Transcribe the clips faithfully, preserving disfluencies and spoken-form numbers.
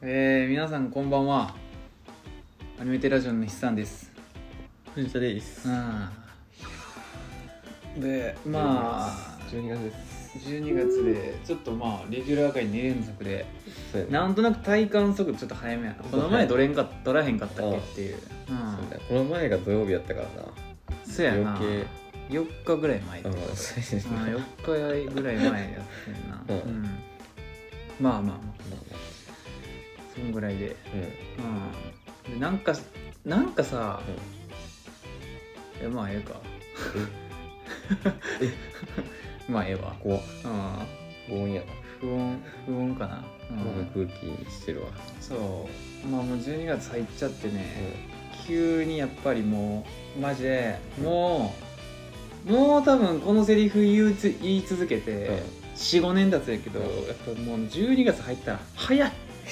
えー、皆さんこんばんは。アニメテラジオの筆さんです。 藤田です。 うん。で、まあじゅうにがつです。 じゅうにがつでちょっとまあレギュラー回に連続で、 そうやね、 なんとなく体感速度ちょっと早めやな。この前取れんか取らへんかったっけっていう。うん。 そうだ、この前が土曜日やったからな。 そうやな。 余計よっかぐらい前ってこと。 うん、そうやね。 よっかぐらい前やってんな。 うん。 うん、まあまあまあ。そんぐらいで。うん。でなんかなんかさ。うん、えまあええか。 えまあええわ。 怖っ。 うん。 不穏やな。 不穏不穏かな。 うん。空気にしてるわ。 そう。まあもうじゅうにがつ入っちゃってね。うん、急にやっぱりもうマジでもう、うん、もう多分このセリフ言いつ言い続けて、うん、よん、ごねん経つやけど、うん、やっぱもうじゅうにがつ入ったら早い。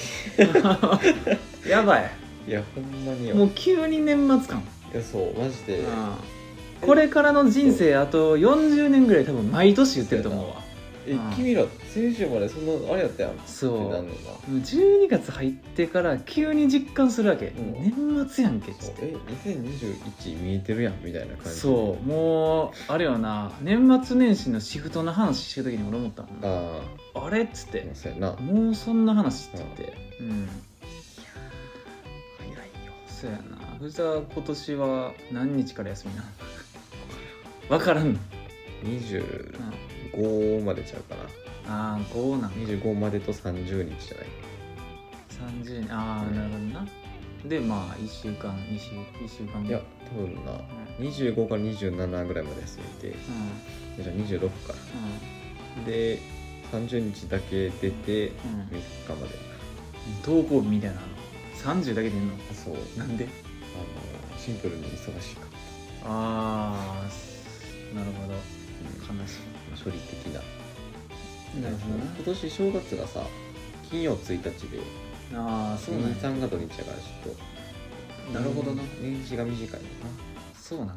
やばい。 いやほんまによ。 もう急に年末感。 いやそうマジで、うん、 これからの人生あとよんじゅうねんぐらい多分毎年言ってると思うわ。 え、君ら先週までそんなあれやったやん。 そうなんのなじゅうにがつ入ってから急に実感するわけ、うん、年末やんけっつってえにせんにじゅういち見えてるやんみたいな感じ。 そうもうあれよな年末年始のシフトの話してる時に俺思ったもんな。ああれっつってそうやなもうそんな話って言ってうん、うん、早いよ。そうやな藤田は今年は何日から休みな分からんのにじゅうごまでちゃうかな。 ああごなんにじゅうごまでとさんじゅうにちじゃない。 さんじゅうにああ、うん、なるほどな。でまあいっしゅうかんに週いっしゅうかんいや多分な、うん、にじゅうごからにじゅうななぐらいまで休みで、うん、じゃあにじゅうろくから、うん、でさんじゅうにちだけ出てみっかまで、 うん、登校日みたいなのさんじゅうだけ出んの。 そうなんであのシンプルに忙しいかった。ああなるほど、うん、悲しい処理的な。 なるほどな。 今年正月がさ金曜ついたちで、 ああそうなんや。 さんが土日やからちょっとなるほどな。 年始が短いのかな。 そうなんか。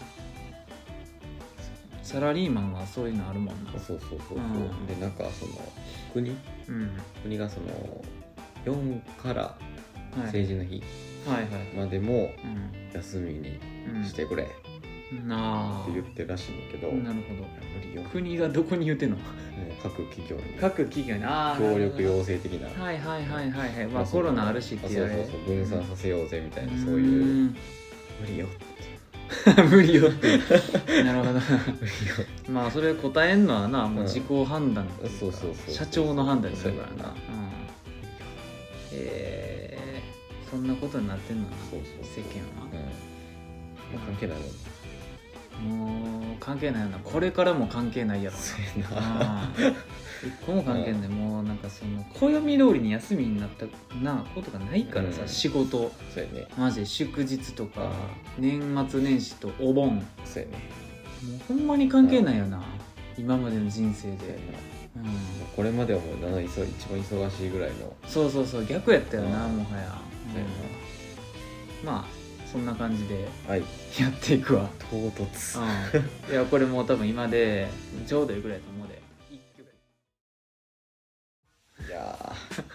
サラリーマンはそういうのあるもんな。 そうそうそうそう、うん、でなんかその国、うん、国がそのよんから成人の日までも休みにしてくれ、うん、なって言ってるらしいんだけど。 なるほど。国がどこに言ってんの？ 各企業に各企業にあ協力要請的な。 はいはいはいはいはい。まあコロナあるしって言われる。 そうそうそう分散させようぜみたいな、うん、そういう無理よ無理よってなるほど無理よ。まあそれ答えんのはなもう自己判断、うん、 そうそうそう社長の判断でするからな。うん、えー、そんなことになってんのな。 そうそう世間は、 うん、関係ないもん。 もう関係ないよな。これからも関係ないやろ。 そうやな。 一個も関係ない。もうなんかその暦通りに休みになったなことがないからさ、うん、仕事そうやね。 マジで祝日とか年末年始とお盆そうやね。 もうほんまに関係ないよな、うん、今までの人生で、 うん、これまではもう一番忙しいぐらいの。 そうそうそう逆やったよな、うん、もはや、 うん、 まあそんな感じでやっていくわ。 唐突、 うん、いやこれもう多分今でちょうどいいぐらいだと思うで。 いや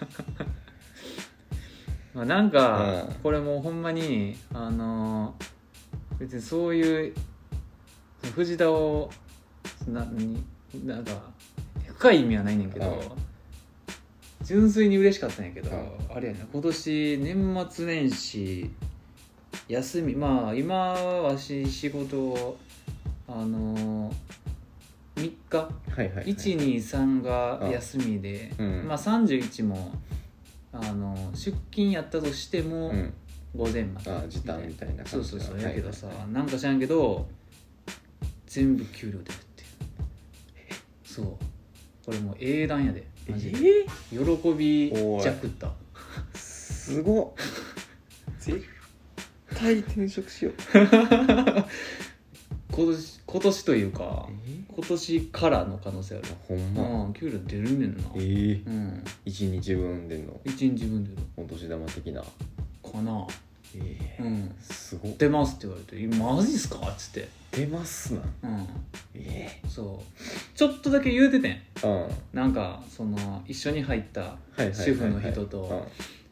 まあなんか、うん、これもうほんまにあのー、別にそういう藤田をなになんか深い意味はないねんけど、うん、純粋に嬉しかったんやけど、うん、あれやね今年年末年始休みまあ今わし仕事をあのー、みっか、はいはいはい、いちにさんが休みで、うん、まあさんじゅういちもあの出勤やったとしても、うん、午前まであ時短みたいな感じ。 そうそうそうやけどさ、はいはい、なんか知らんけど全部給料出るっていう。そうこれもう英断やでマジで、えー、喜びじゃくったすごっ絶対転職しよう今年今年というか、えー、今年からの可能性ある。 ほんま、 うん、給料出るねんな。 えー、うん、いちにちぶん出んの。 いちにちぶん出る。 お年玉的なかな。 えー、うん、すごっ。 出ますって言われてマジっすかっつって出ますな。 うんえー、そうちょっとだけ言うててん、 うん、 なんかその一緒に入った主婦の人と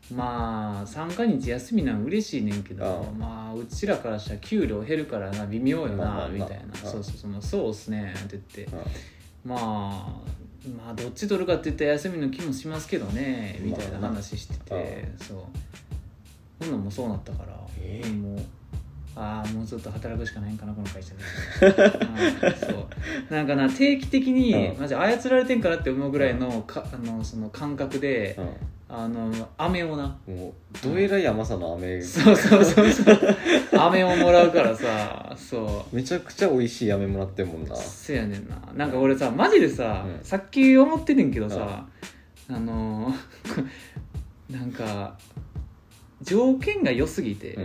まあ三が日休みなん嬉しいねんけど、あまあうちらからしたら給料減るからな微妙よな、まあまあ、みたいな、そうそうそう、そうっすねって言って、まあまあどっち取るかって言ったら休みの気もしますけどねみたいな話してて、そうほんなんもそうなったから、えー、もうああもうちょっと働くしかないんかなこの会社でそうなんかな定期的に、うん、マジ操られてんかなって思うぐらいの、かあのその感覚で、うんあの飴をなもうどえらい甘さの飴、 そうそうそうそう飴をもらうからさそうめちゃくちゃ美味しい飴もらってんもんな。 せやねんな。なんか俺さマジでさ、うん、さっき思ってんねんけどさ、うん、あのなんか条件が良すぎて、うん、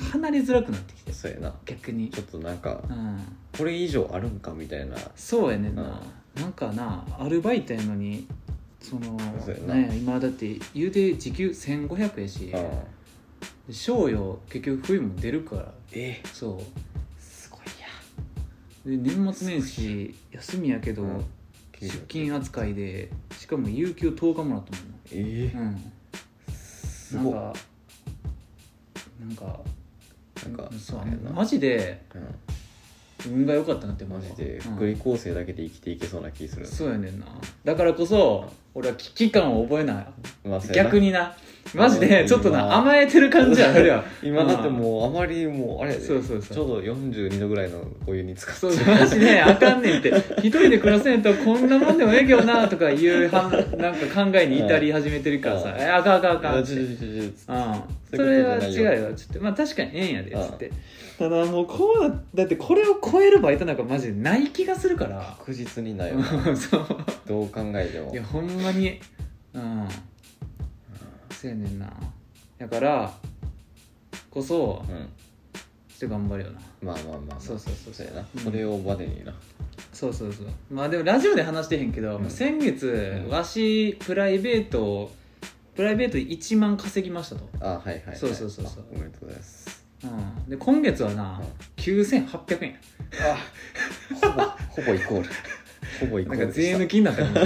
離れづらくなってきて。 そうやな逆にちょっとなんか、うん、これ以上あるんかみたいな。 そうやねんな、うん、なんかなアルバイトやのにそのなんや今だって言うて時給せんごひゃくやし、賞与結局冬も出るから、 えそうすごいやで年末年始休みやけど、うん、出勤扱いでしかも有給とおかもらったもんな。 えー、 うんすごいなんかなんかなんかそうマジで、うん運が良かったなってマジで福利厚生だけで生きていけそうな気する、 うん、そうやねんな。だからこそ、うん、俺は危機感を覚えない、まあ、逆になマジでちょっとな甘えてる感じあるよ今だってもうあまりもうあれやでそうそうそうちょうどよんじゅうにどぐらいのお湯に使ってそうそうマジであかんねんって一人で暮らせんとこんなもんでもええけどなとかいうはなんか考えに至り始めてるからさ、うん、えあかんあかんあかんって、うん、それは違うよつってまあ確かにええんやでつって、うんただもうこう だ, だってこれを超えるバイトなんかマジでない気がするから確実にないよなそうどう考えてもいやほんまにうんそうやねんなだからこそ、うん、ちょっと頑張るよな。 まあまあまあ、まあ、 そうそうそうそうやな、うん、それをバネになそうそうそうまあでもラジオで話してへんけど、うん、先月、うん、わしプライベートプライベートでいちまん稼ぎましたと。 あはいはい、はい、 そうそうそうそうおめでとうございますうん、で今月はな、うん、きゅうせんはっぴゃくえんあほぼほぼイコールほぼイコールなんか税抜きになったかも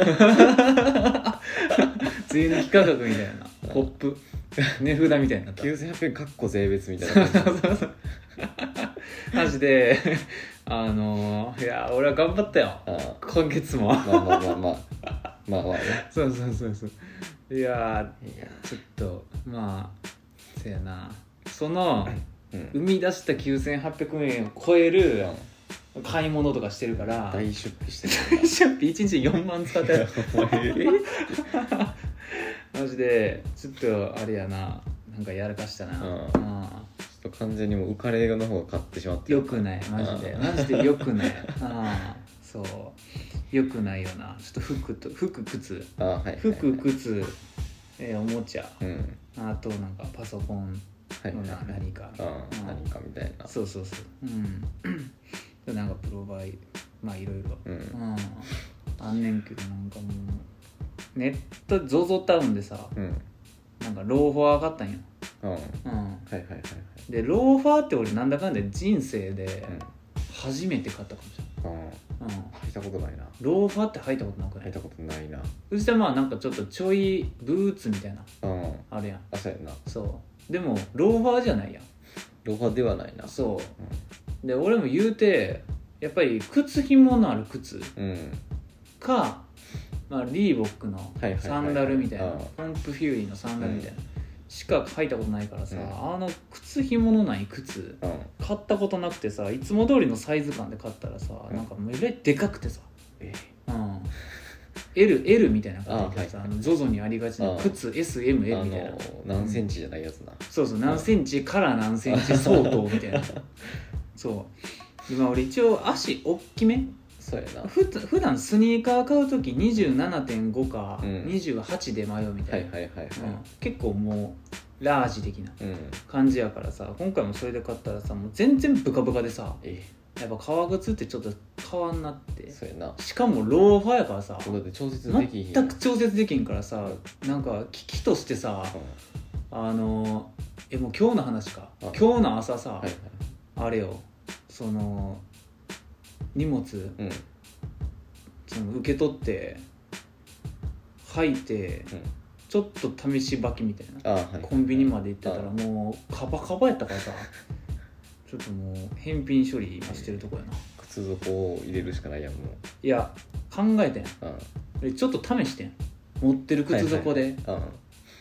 税抜き価格みたいなポップ値札みたいになったきゅうせんはっぴゃくえんかっこ税別みたいなそうそうそうマジであのー、いや俺は頑張ったよ今月もまあまあまあまあまあまあねそうそうそうそういやちょっとまあせやなその、うん、生み出したきゅうせんはっぴゃくえんを超える買い物とかしてるから大出費してる大出費いちにちよんまん使ってマジでちょっとあれやななんかやらかしたな、うんうん、ちょっと完全にもう浮かれの方が買ってしまってよくないマジでマジでよくないあそうよくないよなちょっと服と服靴あ、はいはいはい、 服靴、えー、おもちゃ、 うん、 あとなんかパソコンのな、はいはい、何か、 うん、何かみたいなそうそうそううんなんかプロバイまあいろいろ、うんうん、あんねんけどなんかもうネット ゾゾ タウンでさ、うん、なんかローファー買ったんよ、 うんうん、はいはいはいはいでローファーって俺なんだかんだ人生で初めて買ったかもしれない、 うんうん、履いたことないな。 ローファーって履いたことなくない？ 履いたことないな。 そしてまあなんかちょっとちょいブーツみたいな、うん、あるやん。 あ、そうやな。 そうでもローファーじゃないやん。 ローファーではないな。 そう、うん、で俺も言うてやっぱり靴紐のある靴、うん、か、まあ、リーボックのサンダルみたいな、ポンプフューリーのサンダルみたいな、うん、しか履いたことないからさ、うん、あの靴紐のない靴、うん、買ったことなくてさ、いつも通りのサイズ感で買ったらさ、うん、なんかめっでかくてさ、えーうん、エル、エル みたいな感じでさ、あ、はい、あの ゾゾ にありがちな靴 エスエムエル みたいな、 何センチじゃないやつな、うん、 そうそう何センチから何センチ相当みたいなそう今俺一応足大きめ、 そうやな、 ふ普段スニーカー買うとき にじゅうななてんご かにじゅうはちで迷うみたいな、結構もうラージ的な感じやからさ、今回もそれで買ったらさ、もう全然ブカブカでさ、えやっぱ革靴ってちょっと変わんなって、 そうやな、 しかもローファーやからさ、 だって調節できひん、 全く調節できんからさ、なんか危機としてさ、うん、あのえもう今日の話か、今日の朝さ、はいはい、あれよ、その荷物、うん、その受け取って履いて、 ちょっと試し履きみたいな、 はい、 コンビニまで行ってたらもうカバカバやったからさちょっともう返品処理してるとこやな。 靴底を入れるしかないやんもう。 いや考えてん、うん、ちょっと試してん持ってる靴底で、はいはいはい、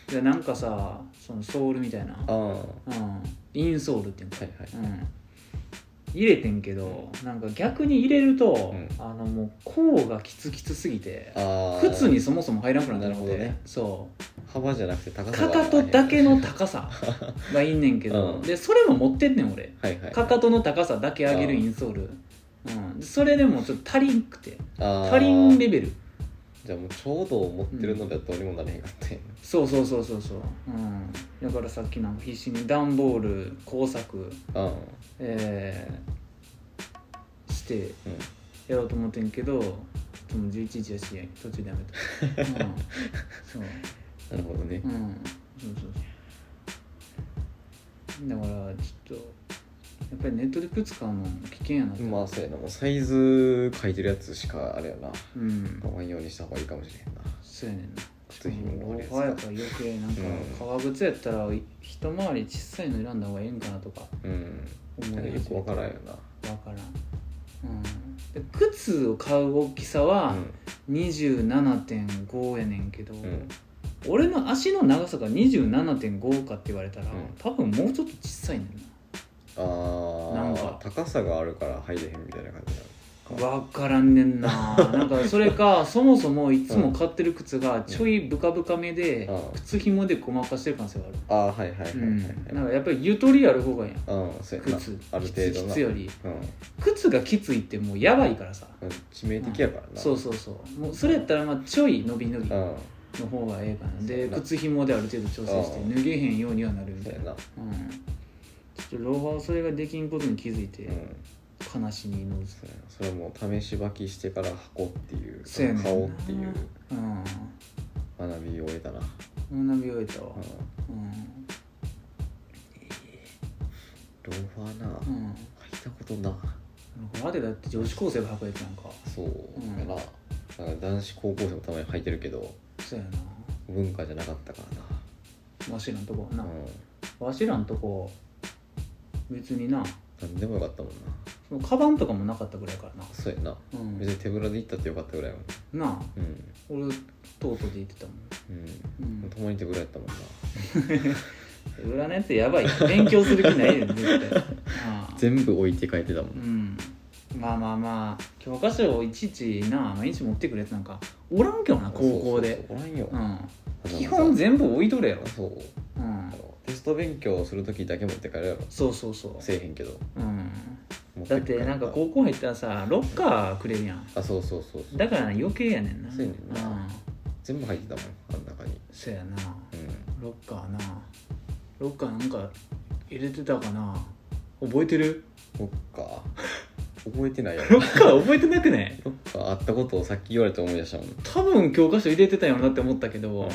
でなんかさそのソールみたいな、うん、インソールっていうの、はいはいうん、入れてんけどなんか逆に入れると、うん、あのもう甲がキツキツすぎて靴にそもそも入らなくなったので、ね、そう幅じゃなくて高さがかかとだけの高さがいいねんけど、うん、でそれも持ってんねん俺、はいはいはい、かかとの高さだけ上げるインソール、うん、それでもちょっと足りんくて足りんレベル。 じゃあもうちょうど持ってるのではどうにもなれへんかったんや、 うん、そうそうそうそうそう、うん、だからさっきなんか必死に段ボール工作、えー、してやろうと思ってんけど、うん、もうじゅういちじやし途中でやめた、うん、そうなるほどね、 うん、そうそうそうだからちょっとやっぱりネットで靴買うの危険やなって。 まあそうやな、もうサイズ書いてるやつしかあれやな、 うん、 買わんようにした方がいいかもしれへんな。 そうやねんな。 靴ひもローファーやったら余計なんか、うん、革靴やったら一回り小さいの選んだ方がええんかなとか思う、うん、よく分からんよな。 分からん、うん、で靴を買う大きさは にじゅうななてんご やねんけど、うん、俺の足の長さが にじゅうななてんご かって言われたら、うん、多分もうちょっと小さいねんな。 あなんか高さがあるから入れへんみたいな感じなの分からんねんななんかそれかそもそもいつも買ってる靴がちょいブカブカめで、うん、靴紐でごまかしてる可能性がある。 ああはいはいはいはい、はい、うん、 なんかやっぱりゆとりある方がいいやん、 うん、そうやな靴ある程度な靴より、うん、靴がきついってもうやばいからさ、 うん、致命的やからな、 うん、そうそうそうもうそれやったらまあちょい伸び伸びの方がええかな、で靴紐である程度調整して脱げへんようにはなるみたいな、うんちょっとローファーはそれができんことに気づいて、うん、悲しみのうずそれはもう試し履きしてから履こうっていう買おうっていう、うん、学びを得たな学びを得たわ、うんうんローファーな、うん、履いたことな。 ローファーでだって女子高生が履くやつなんかそうやな、うん、なんか男子高校生もたまに履いてるけどそうやな文化じゃなかったからなわしらんとこな、うん、わしらんとこ別にな何でもよかったもんな。 そのカバンとかもなかったぐらいからな。 そうやな、うん、別に手ぶらで行ったってよかったぐらいやもんなあ、うん、俺トートで行ってたもん、 うんうん、共に手ぶらやったもんな手ぶらのやつやばい勉強する気ないよ絶対全部置いて帰ってたもん、 うん、まあまあまあ教科書をいちいちな毎日持ってくるやつなんかおらんけどな高校で。 そうそうそうおらんよ、 うん、基本全部置いとるやろ。 そう、うん、テスト勉強するときだけ持って帰るやろ。 そうそうそうせえへんけど、 うん、だってなんか高校入ったらさロッカーくれるやん。 あそうそうそうそうだから余計やねんな。 そうやねんな、うん、全部入ってたもんあん中に。 そうやな、うん、ロッカーなロッカーなんか入れてたかな覚えてる？ ロッカー覚えてないやろロッカー覚えてなくね？ ロッカーあったことをさっき言われて思い出したもん。 多分教科書入れてたよなって思ったけど、うん、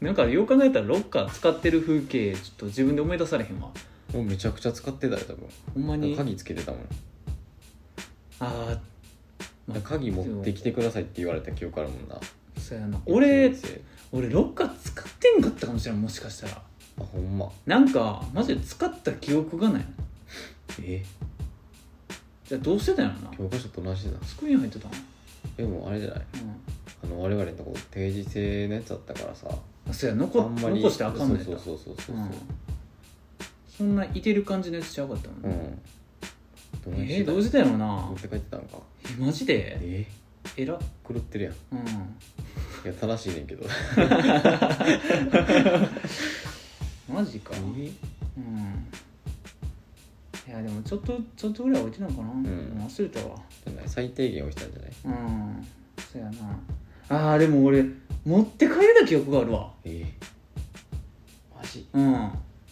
なんかよく考えたらロッカー使ってる風景ちょっと自分で思い出されへんわ。 もうめちゃくちゃ使ってたよ多分。 ほんまに鍵つけてたもん。 ああ、 まあ、鍵持ってきてくださいって言われた記憶あるもんな。 そうやな。俺俺ロッカー使ってんかったかもしれんもしかしたら。 あほんま。 なんかマジで使った記憶がない。 えじゃあどうしてたんやろな。 教科書と同じだ。 スクリーン入ってたの？ でもあれじゃない、うん、あの我々のとこ定時制のやつだったからさ。 あそうや 残, 残してあかんねん。 そうそうそうそうそう、うん、 そんないてる感じのやつちゃうかったもん、ね、うん、どうえー、どうしてたんやろな。 持って帰ってたんか。 えマジでええら狂ってるやん、 うん、 いや正しいねんけどマジか、えー、うんいやでもちょっとちょっとぐらい置いてたのかな、うん、忘れたわ。 最低限置いてたんじゃない？ うんそうやな。あーでも俺持って帰れた記憶があるわ。 えー、マジ？ うんえー、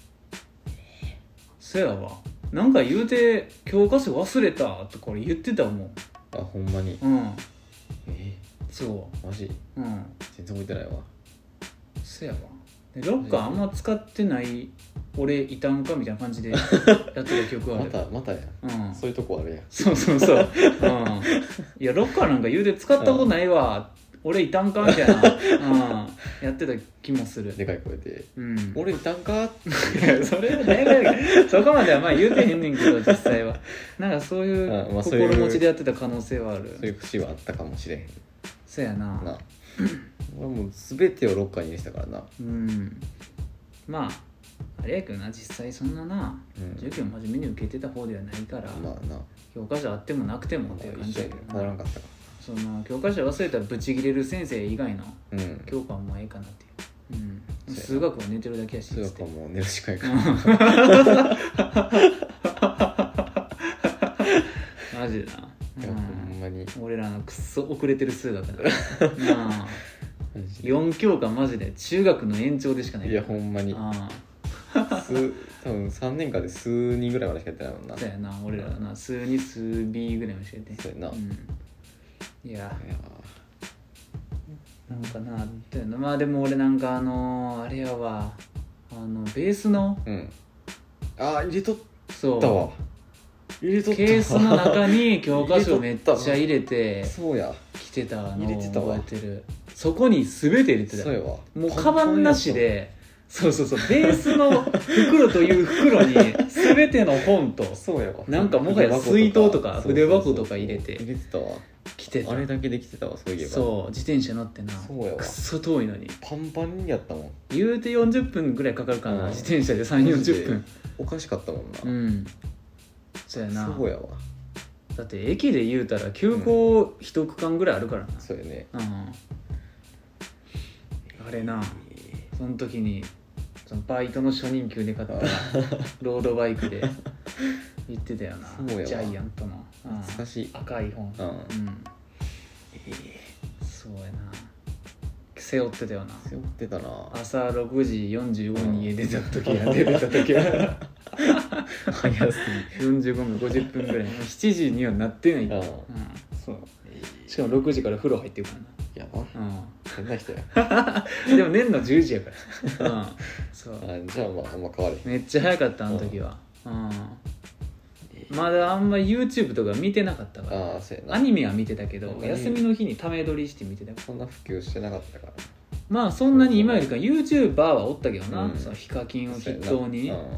そうやわ。なんか言うて教科書忘れたとか俺言ってたもん。 あほんまに？ うんえー、そうマジ？ うん全然覚えてないわ。 そうやわ。でロッカーあんま使ってない俺いたんかみたいな感じでやってた記憶があるまたまたや、うん、そういうとこあるやん。 そうそうそう、うん、いやロッカーなんか言うて使ったことないわ、 俺いたんかみたいな、うん、やってた気もする。 でかい声で、 うん、 俺いたんかってそれはねそこまではまあ言うてへんねんけど実際はなんかそういう心持ちでやってた可能性はある。 そういう節はあったかもしれへん。 そうやなな俺もう全てをロッカーに入れてたからな。 うんまああれやけどな実際そんなな、うん、授業真面目に受けてた方ではないから、まあな教科書あってもなくてもっていう感じだけどな。 変わらんかったかその教科書忘れたらブチギレる先生以外の教科はもうええかなっていう、うん、数学は寝てるだけやし。 数学はもう寝るしかいかないマジでな。 いや、うん、ほんまに俺らのクソ遅れてる数学だなよん教科マジで中学の延長でしかない。 いやほんまにあ数多分さんねんかんで数人ぐらいまでしかやってないもんな。 そうやな俺らはな数に数 B ぐらいまでしかやってない。 そうやな、うん、 いやなんかなっていうのまあでも俺なんかあのー、あれやわあのベースの、 うん、あ入れとったわ。 入れとったケースの中に教科書めっちゃ入れてそうや来てたのを覚えてる。そこに全て入れてた。 そうやわ。 もうカバンなしでそうそうそうベースの袋という袋に全ての本とそうやわ。 なんかもはや水筒とか筆箱とか入れて入れてたわ。 来てた。 あれだけで来てたわ。そういえばそう自転車乗ってな。 そうやわ。 くっそ遠いのにパンパンにやったもん。 言うてよんじゅっぷんぐらいかかるかな、うん、自転車でさんじゅう、よんじゅっぷん。 おかしかったもんな。 うんそうやな。 そうやわ。 だって駅で言うたら急行一区間ぐらいあるからな、うん、 そうやね、 うん、あれなその時にそのバイトの初任給で買ったロードバイクで行ってたよな。 そうやわ。 ジャイアントの、 うん、懐かしい赤い本、うんうんえー、そうやな背負ってたよな。 背負ってたな。 朝ろくじよんじゅうごふんに家出た時や、うん、出てた時は早すぎよんじゅうごふんごじゅっぷんぐらいしちじにはなってない、うんうん、そうしかもろくじから風呂入ってるからな。 やば、うん、変な人やでも寝んのじゅうじやから、うん、そうあじゃあまああんま変われへん。 めっちゃ早かったあの時は、うんうんまだあんまり YouTube とか見てなかったから。 あそうやな。 アニメは見てたけど休みの日にため撮りして見てたから。 そんな普及してなかったからまあそんなに今よりか YouTuber はおったけどな、うん、そのヒカキンを筆頭に、うんうん、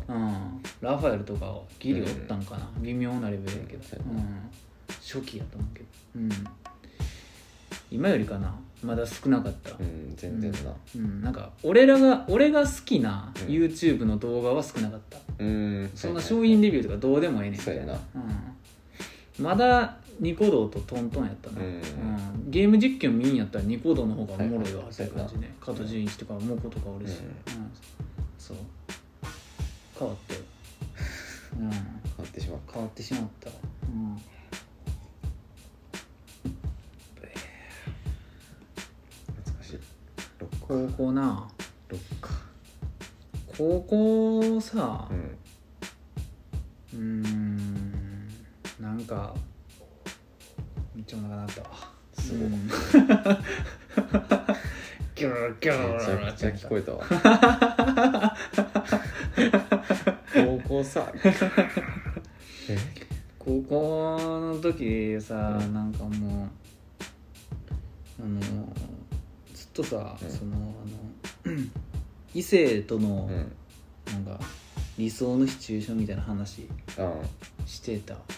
ラファエルとかギリおったんかな、うん、微妙なレベルやけど、うん、初期やと思うけど、うん、今よりかなまだ少なかった、 うん、全然な、 うんうん、なんか俺らが俺が好きな YouTube の動画は少なかった、うん、そんな商品レビューとかどうでもええねんみたいな、うん、まだニコ動とトントンやったな、うんうん、ゲーム実況見んやったらニコ動の方がおもろいわっていう感じね。加藤純一とかモコとかおるし、うんうん、そう変わってうん、変わってしまった変わってしまった、うん高校なロッカ高校さうーんなんかめっちゃお腹鳴ったわすごい、うん、 ギュルギュルめちゃくちゃ聞こえたわ高校さえ高校の時さ、うん、なんかもうあのずっとさ、うん、そのあの異性との、うん、なんか理想のシチュエーションみたいな話してたわ、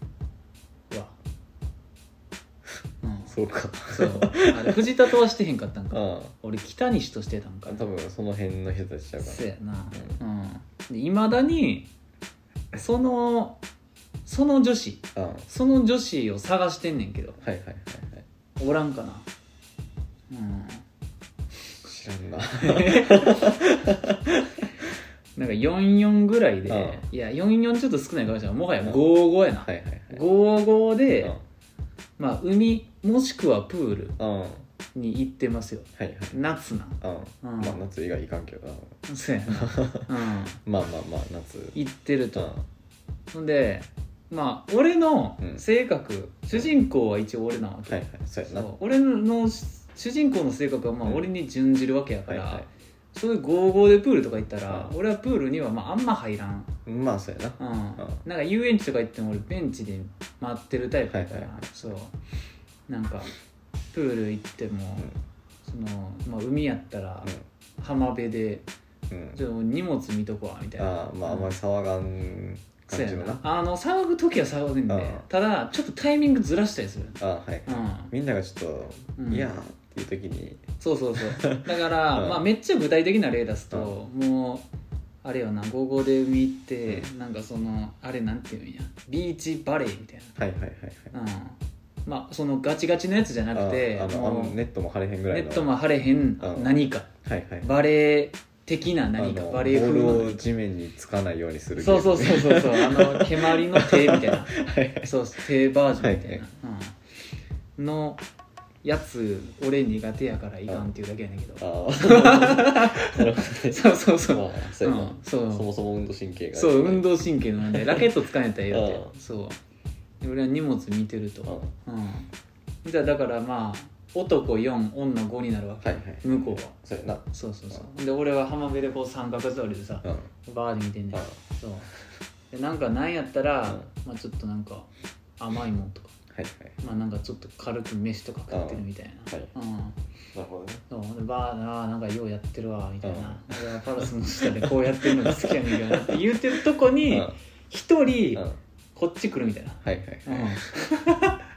うん、 そうかそうあれ藤田とはしてへんかったんか、うん、俺北西としてたんか多分その辺の人たちちゃうからそうやないま、うん、だにそのその女子、うん、その女子を探してんねんけどはいはいはいはいおらんかなうん、 知らんななんかよんじゅうよんぐらいで、うん、いやよんじゅうよんちょっと少ないかもしれないもはやごじゅうごやな、うんはいはいはい、ごじゅうごで、うん、まあ海もしくはプールに行ってますよ、うんはいはい、夏な、 うんうん、まあ夏以外いかんけどなそうやな、うん、 まあまあまあ夏行ってると、ほんでまあ俺の性格、うん、主人公は一応俺なわけ、はいはい、そうやなそう俺の主人公の性格はまあ俺に準じるわけやから、うんはいはい、そういうごじゅうごでプールとか行ったら、うん、俺はプールにはまああんま入らんまあそうやな、 うんうん、なんか遊園地とか行っても俺ベンチで待ってるタイプだから、はいはいはい、そうなんかプール行っても、うん、そのまあ、海やったら、うん、浜辺で、うん、ちょっと荷物見とこわみたいな。 あまああんまり騒がん感じのな。 あの騒ぐ時は騒ぐんで、ただちょっとタイミングずらしたりする。 あはい、うん、みんながちょっと、うん、いやーっていう時にそうそうそうだから、うん、まあめっちゃ具体的な例出すと、うん、もうあれよな、午後で海行って、うん、なんかそのあれなんていうんや、ビーチバレーみたいな。 はいはいはいはい、 うん、まあそのガチガチのやつじゃなくて、 ああのあのネットも張れへんぐらいのネットも張れへん何か、はいはい、バレー的な何か、バレー風のボールを地面につかないようにする、 そうそうそうそうそうあの蹴鞠の手みたいなはいそう手バージョンみたいな、はいはい、うん、のやつ俺苦手やからいかんっていうだけやねんけど、あそうそうそう、まあ、そうやな、うん、そうそもそも運動神経が、 そう運動神経の問題ラケット使えたらええよってそう俺は荷物見てると、うん、じゃあだからまあ男よん女ごになるわけ、はいはい、向こうはそうやな、 そうそうそう、うん、で俺は浜辺でこう三角座りでさ、うん、バーで見てんねん、うん、そうでなんかなんやったら、うん、まあ、ちょっとなんか甘いもんとか、はいはい、まあなんかちょっと軽く飯とか食ってるみたいな、はい、うん、なるほどね、そうでバーあなんかようやってるわみたいな、うん、俺はパラスの下でこうやってるのが好きやねんけどなって言うてるとこに一、うん、人、うん、こっち来るみたいな、はいはいはい、うん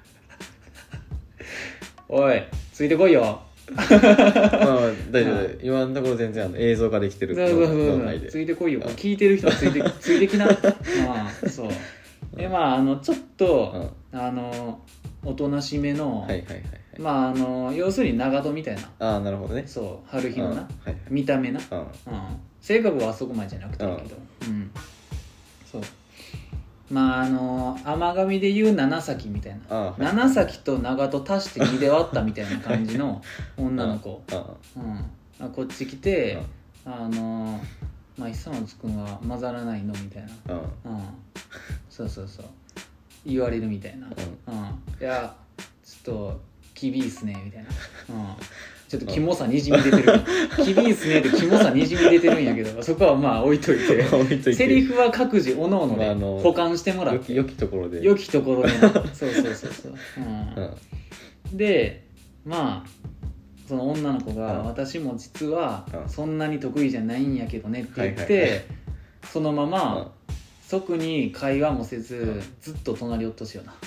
おいついてこいよまあ大丈夫、今のところ全然あの映像ができてるのないでついてこいよ、聞いてる人はついてついてきなまあそうでまああのちょっと、うん、あのおとなしめの、はいはいはいはい、まああの要するに長門みたいな、 ああなるほどね、 そう春日のな、うんはいはい、見た目な、うんうん、性格はあそこまでじゃなくていいけど、うん、うん、そうまああの甘神でいう七崎みたいな、ああ、はい、七崎と長門足してにで割ったみたいな感じの女の子、ああ、うん、こっち来て、あのまあ久松君は混ざらないのみたいな、うん、そうそうそう言われるみたいな、うん、いやちょっと厳いいっすねみたいな、うん、ちょっとキモさにじみ出てる厳いいっすねってキモさにじみ出てるんやけどそこはまあ置いといて置いといてセリフは各自おのおので保管してもらって、 良きところで良きところでそうそうそうそう、うんうん、でまあその女の子が、うん、私も実はそんなに得意じゃないんやけどねって言って、はいはいはい、そのまま、うん、即に会話もせず、うん、ずっと隣おっとしような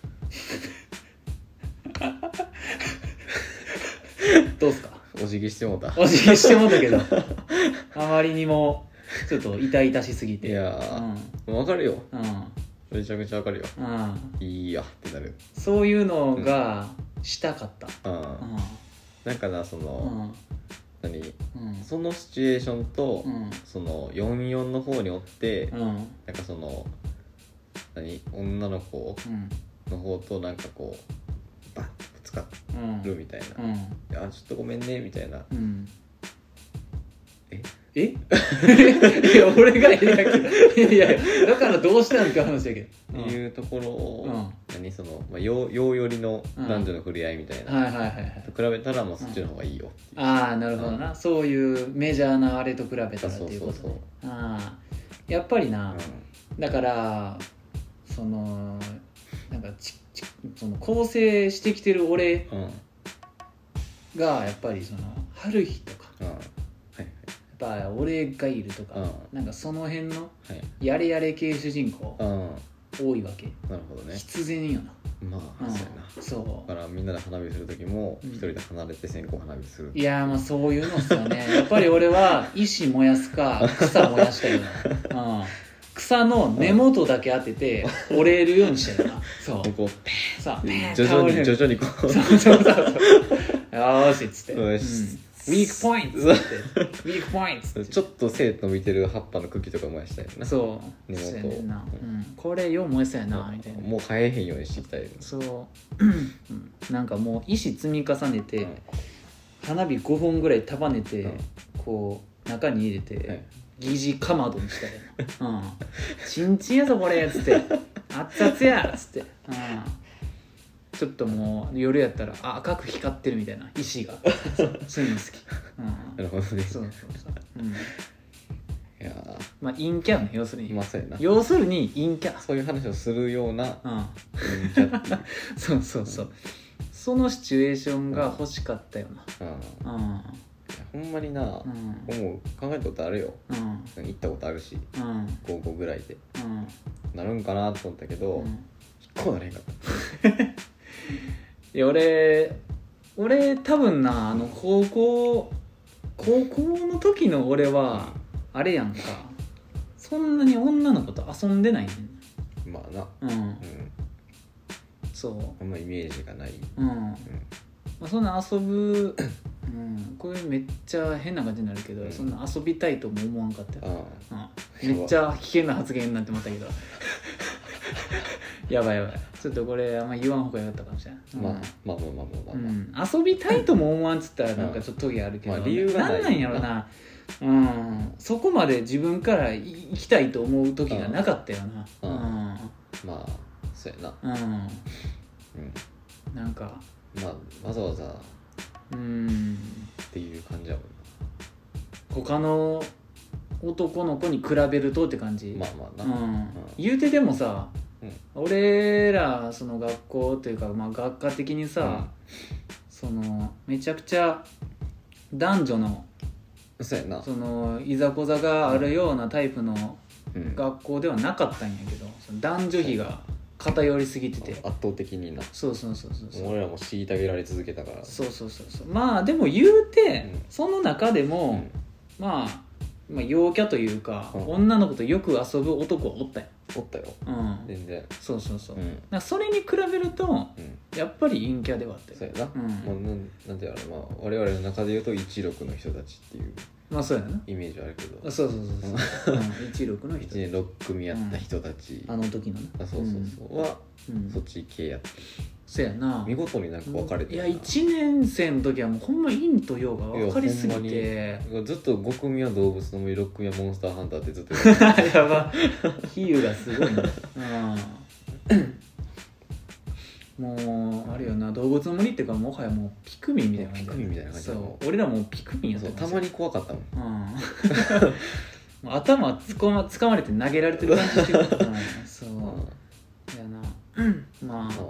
どうすかお辞儀してもうたお辞儀してもうたけどあまりにもちょっと痛々しすぎて、 いやー、うん、分かるよ、うん、めちゃめちゃ分かるよ、うん、いいやってなる、 そういうのがしたかった、うんうん、 なんかなその、うん、何、うん、そのシチュエーションと、うん、そのよんじゅうよんの方におって、うん、なんかその何女の子の方となんかこうバッとぶつかるみたいな、うんうん、あちょっとごめんねみたいな、うん、ええいや俺がええやけどいやいやだからどうしたんって話だけどっていうところを、うん、何その、まあ、ようよりの男女の触れ合いみたいな、うん、はいはいはいはい、と比べたらもうそっちの方がいいよっていう、 うん、ああなるほどな、うん、そういうメジャーなあれと比べたらっていうことで、そうそうそう、あやっぱりな、うん、だからそのなんかちちその構成してきてる俺がやっぱりその春日とか、うんはいはい、やっぱ俺がいるとか、うん、なんかその辺のやれやれ系主人公、うん、多いわけ。 なるほどね。 必然よな。 まあ、うん、そうやな。そうだからみんなで花火する時も一人で離れて線香花火する、 うん、いやまあそういうのっすよねやっぱり俺は石燃やすか草燃やしたいよな、うん草の根元だけ当てて折れるようにしてるな。そうこうさあ徐々に徐々にこうそうそうそうそうよーしっつって、うん、ウィークポイントっつってウィークポイントっつってちょっと生徒見てる葉っぱの茎とか燃やしたいな。 そう根元を、うん、これよう燃やせやなみたいな。 もう生えへんようにしていきたい。 そう、うん、なんかもう石積み重ねて、うん、花火ごほんぐらい束ねて、うん、こう中に入れて、はい疑似かまどにしたいな、うん、チンチンやぞこれっつって熱々やっつって、うん、ちょっともう夜やったらあ赤く光ってるみたいな石がそうそういうの好き、うん、 なるほどね。そうそうそう、 うん、いやまあ陰キャね要するに、 まあ、そうやな要するに陰キャそういう話をするような、うん、陰キャっていうそうそうそう、 そのシチュエーションが欲しかったよな。うん、うん、 ほんまにな、うん、思う考えたことあるよ、うん、行ったことあるし、うん、高校ぐらいで、うん、なるんかなと思ったけど、うん、一個なれへんかったいや俺俺多分なあの高校高校の時の俺はあれやんか、そんなに女の子と遊んでないねん。まあな、 うん、うん、そうあんまイメージがない、 うん、うん、まあ、そんな遊ぶうん、これめっちゃ変な感じになるけど、うん、そんな遊びたいとも思わんかったよ、うん、めっちゃ危険な発言になってまったけどやばいやばい、ちょっとこれあんま言わんほうがよかったかもしれない、 うん、まあまあまあまあまあまあ、うん、 遊びたいとも思わんっつったらなんかちょっとトゲあるけど、 まあ、理由がないなんなんやろな、うん、そこまで自分から行きたいと思う時がなかったよな、うん、うん、 まあそうやな、うん、うん、 なんかまあわざわざうんっていう感じやもんな、 他の男の子に比べるとって感じ。 まあまあな、うんうん、言うてでもさ、うん、俺らその学校というか、まあ、学科的にさ、うん、そのめちゃくちゃ男女のそうやな、 そのいざこざがあるようなタイプの学校ではなかったんやけど、その男女比が偏りすぎてて圧倒的にな、 そうそうそうそうそう、 俺らも虐げられ続けたから、 そうそうそうそう、まあでも言うて、うん、その中でも、うん、まあまあ、陽キャというか、うん、女の子とよく遊ぶ男はおったよおったよ、 うん、 全然そうそうそう、うん、だそれに比べると、うん、やっぱり陰キャではあったよ、 そうやな、うん、まあ、なんていうの、まあ、我々の中で言うといちろくの人たちっていうまあそうやなイメージあるけど、 そうそうそうそう、うん、いちろくの人いちねんろっくみやった人たち、 うん、あの時のね、 あそうそうそう、うん、は、うん、そっち系やったそうやな、 見事になんか分かれてるな、 いやいちねん生の時はもうほんま陰と陽が分かりすぎて、 ずっとご組は動物の森ろっ組はモンスターハンターってずっと言ってやば比喩がすごいな、うん、もうあれよな、動物の森っていうかもはやもうピクミンみたいな感じ、 ピクミンみたいな感じ、 そう俺らもうピクミンやったもん、たまに怖かったもん、 うん、頭つかま、つかまれて投げられてる感じしてる、うん、そう、うん、やな、うん、まあ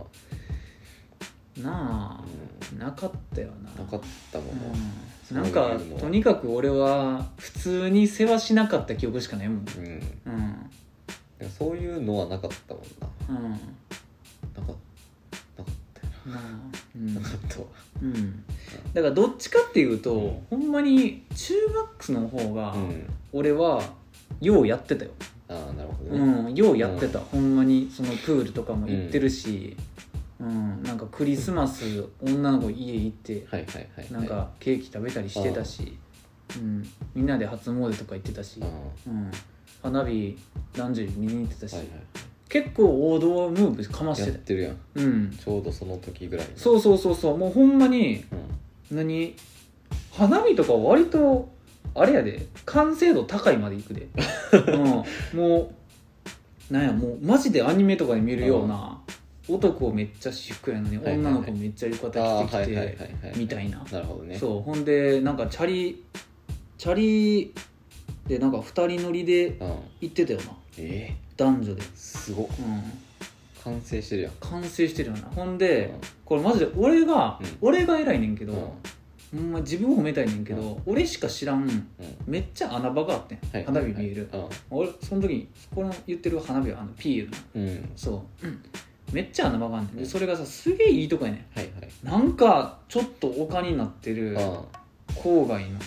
なあ、うん、なかったよな、 なかったもん、 うん、なんかとにかく俺は普通に世話しなかった記憶しかないもん、うんうん、そういうのはなかったもんな、うん、なかったなかったよな、うん、なかったわ、 うん、だからどっちかっていうと、うん、ほんまに中学の方が俺はようやってたよ、 ああなるほどね、 うん、ようやってた、うん、ほんまにそのプールとかも行ってるし、うん、なんかクリスマス女の子家行ってなんかケーキ食べたりしてたし、うん、みんなで初詣とか行ってたし、うん、花火男女見に行ってたし、はいはい、結構王道ムーブかましてたやってるやん、 うん、 ちょうどその時ぐらいそうそうそうそう、もうほんまに、うん、何花火とか割とあれやで完成度高いまで行くで、うん、もうなんやもうマジでアニメとかで見るような男めっちゃ私服やのに、はいはいはい、女の子めっちゃ浴衣着てきてみたいな、 なるほどね、 そうほんでなんかチャリチャリでなんかふたり乗りで行ってたよな、うん、えー、男女ですごっ、うん、完成してるやん完成してるよな、ほんで、うん、これマジで俺が、うん、俺が偉いねんけど、うんほんま自分を褒めたいねんけど、うん、俺しか知らん、うん、めっちゃ穴場があってん、はい、花火見える、はいはいはい、俺その時にこの言ってる花火はあのピールの、うん、そう、うん、めっちゃ穴場があんねん、うん、それがさすげえいいとこやねん、はいはい、なんかちょっと丘になってる郊外の、はいはい、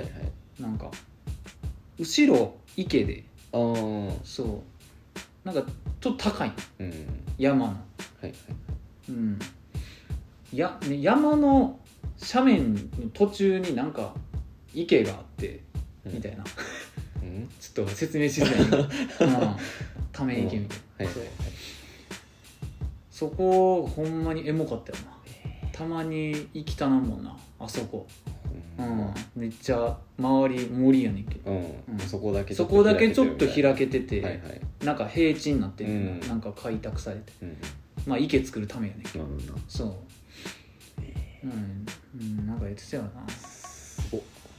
なんか後ろ池で、あそうなんかちょっと高い、うん、山の、はいはいうん、や山の斜面の途中になんか池があって、うん、みたいな、うん、ちょっと説明しづらい、うん、ため池みたいな、うんはいはいはい、そこほんまにエモかったよな、たまに行きたなんもんなあそこ、うん、めっちゃ周り森やねんけど、うんうん、そこだけちょっと開けてるみたいな、そこだけちょっと開けてて、はいはい、なんか平地になってる、うん、なんか開拓されて、うん、まあ池作るためやねんけど、うん、そう、えー、うんうん、なんか言ってたよな、すごっ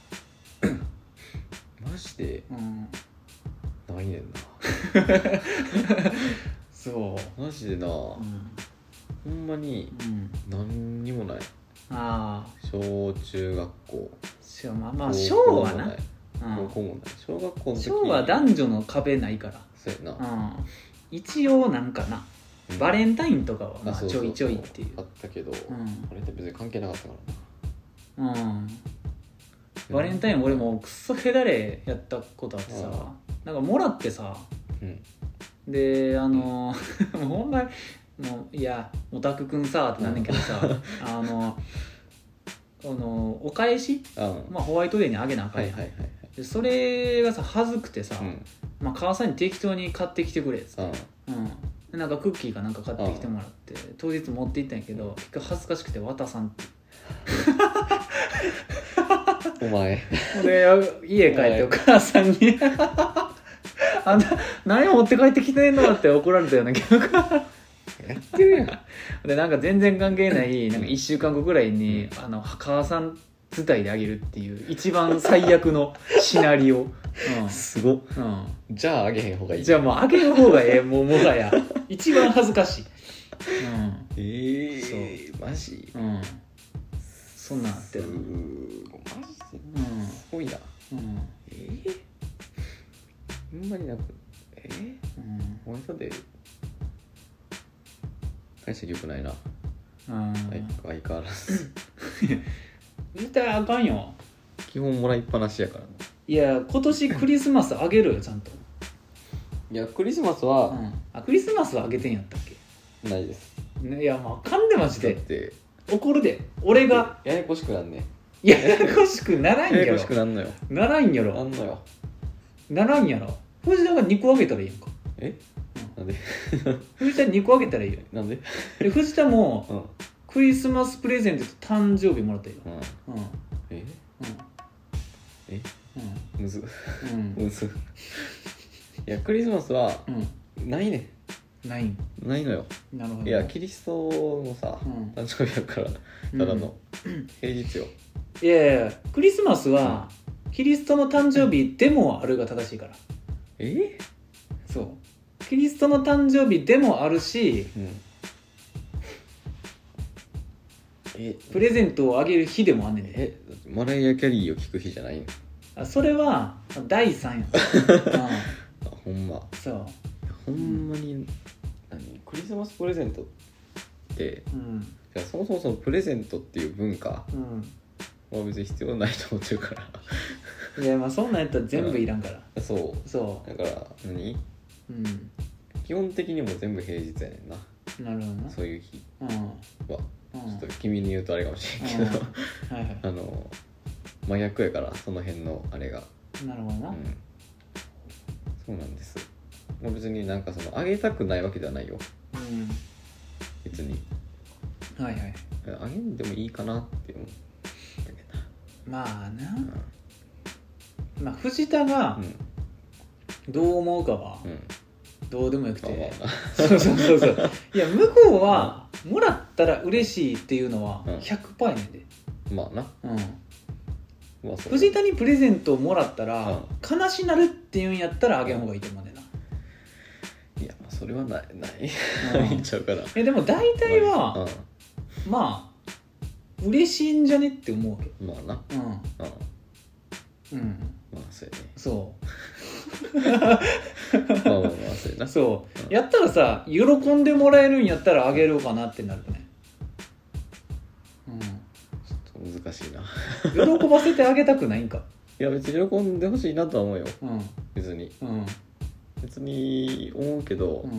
マジで、うん、ないねんなそうマジでな、うん、 ほんまに何にもない、うん、 あ小中学校まあまあ小はな高校もない、小学校の時小は男女の壁ないからそうやな、 うん、一応なんかな、うん、バレンタインとかはまあちょいちょいっていう、 あったけど、うん、あれって別に関係なかったからな、うん、バレンタイン俺もクソヘダレやったことあってさ、なんかもらってさ、うん、であのー、もうほんまもういやオタクくんさってなんねんけどさ、うん、あのこのお返し、うんまあ、ホワイトデーにあげなあかんやん、はいはいはいはい、でそれがさ恥ずくてさ、うんまあ、母さんに適当に買ってきてくれっつって、うんうん、でなんかクッキーかなんか買ってきてもらって当日持って行ったんやけど結局恥ずかしくて渡さんってお前で家帰ってお母さんにあんた何を持って帰ってきてんのって怒られたような記憶がやってるやんでなんか全然関係ないなんかいっしゅうかんごぐらいに、うん、あの母さん伝いであげるっていう一番最悪のシナリオ、うん、 すごっ、うん、じゃああげへん方がいいじゃあもうあげん方がええもうもはや一番恥ずかしい、うん、 えー、そうマジ、 うん、そんなんあってるマジで、うん、すごいな、うん、えー、ほんまになんかえー、うん、ホワイトデー大して良くないな、うん、相変わらず絶対あかんよ基本もらいっぱなしやからね。 いや今年クリスマスあげるよちゃんといやクリスマスは、うん、 あクリスマスはあげてんやったっけないです、 ね、いやもうあかんでマジでだって怒るで俺がややこしくなんねややこしくならんやろややこしくなんのよならんやろなんのよならんやろ藤田が肉あげたらいいやんかえ、うん、なんで藤田に肉あげたらいいよなんでで藤田も、うんクリスマスプレゼントと誕生日もらったよ、うんうん、 え、うん、え、うん、むず、 うん、 むずいやクリスマスは、うん、ないねないんないのよなるほど、ね、 いやキリストのさ、うん、誕生日やからただの、うん、平日よいやいやクリスマスは、うん、キリストの誕生日でもあるが正しいからえそうキリストの誕生日でもあるし、うんえプレゼントをあげる日でもあんねんねえマライア・キャリーを聞く日じゃないのあそれはだいさんやあほんまそうほんまに何クリスマスプレゼントって、うん、じゃあそもそもそのプレゼントっていう文化は別に必要ないと思ってるからいやまあそんなんやったら全部いらんからそうそうだから何、うん、基本的にも全部平日やねんななるほどなそういう日は、 うんちょっと君に言うとあれかもしれんけど、うんはいはい、あの真逆やからその辺のあれがなるほどな、うん、 そうなんですもう別になんかそのあげたくないわけではないよ、 うん、 別にはいはいあげんでもいいかなって思うまあな、うん、まあ藤田がどう思うかは、うんどうでもよくてそうそうそうそういや向こうはもらったら嬉しいっていうのは ひゃくパーセント やねんで、 うん、まあな、うんまあ、藤田にプレゼントをもらったら、うん、悲しなるっていうんやったらあげん方がいいと思うねんな、 いやまあそれはないないないんちゃうからえでも大体は、うん、まあ嬉しいんじゃねって思うわけまあなうんうん、うん、 まあそうやねそうまあまあまあそうやなそう、うん、やったらさ喜んでもらえるんやったらあげるかなってなるねうんちょっと難しいな喜ばせてあげたくないんかいや別に喜んでほしいなとは思うよ、 うん、 別に、 うん、 別に思うけど、うん、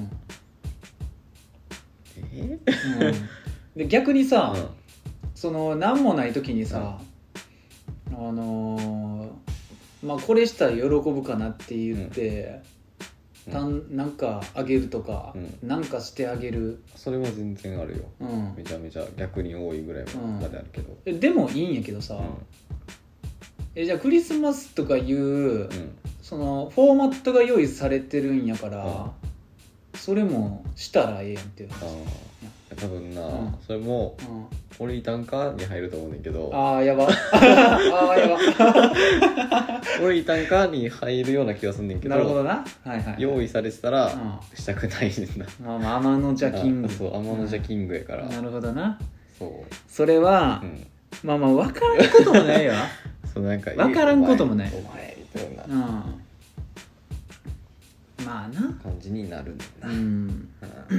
えうん、で逆にさ、うん、その何もない時にさ、うん、あのーまあこれしたら喜ぶかなって言って、うん、たんなんかあげるとか、うん、なんかしてあげるそれは全然あるよ、うん、めちゃめちゃ逆に多いぐらいまであるけど、 うん、でもいいんやけどさ、うん、えじゃあクリスマスとかいう、うん、そのフォーマットが用意されてるんやから、うん、それもしたらええやんっていう話、 あ多分な、うん、それも、うん、俺いたんかに入ると思うねんけど、 あーやばあーやば俺いたんかに入るような気がすんねんけど、 なるほどな、はいはいはい、 用意されてたら、うん、したくないねんな。 まあまあ天の邪キング、 そう天の邪キングやから、 うん、なるほどな。 そうそれは、うん、まあまあ分からんこともないわそうなんか分からんこともない、 お前みたいな、うん、 まあな感じになるんだな、うん、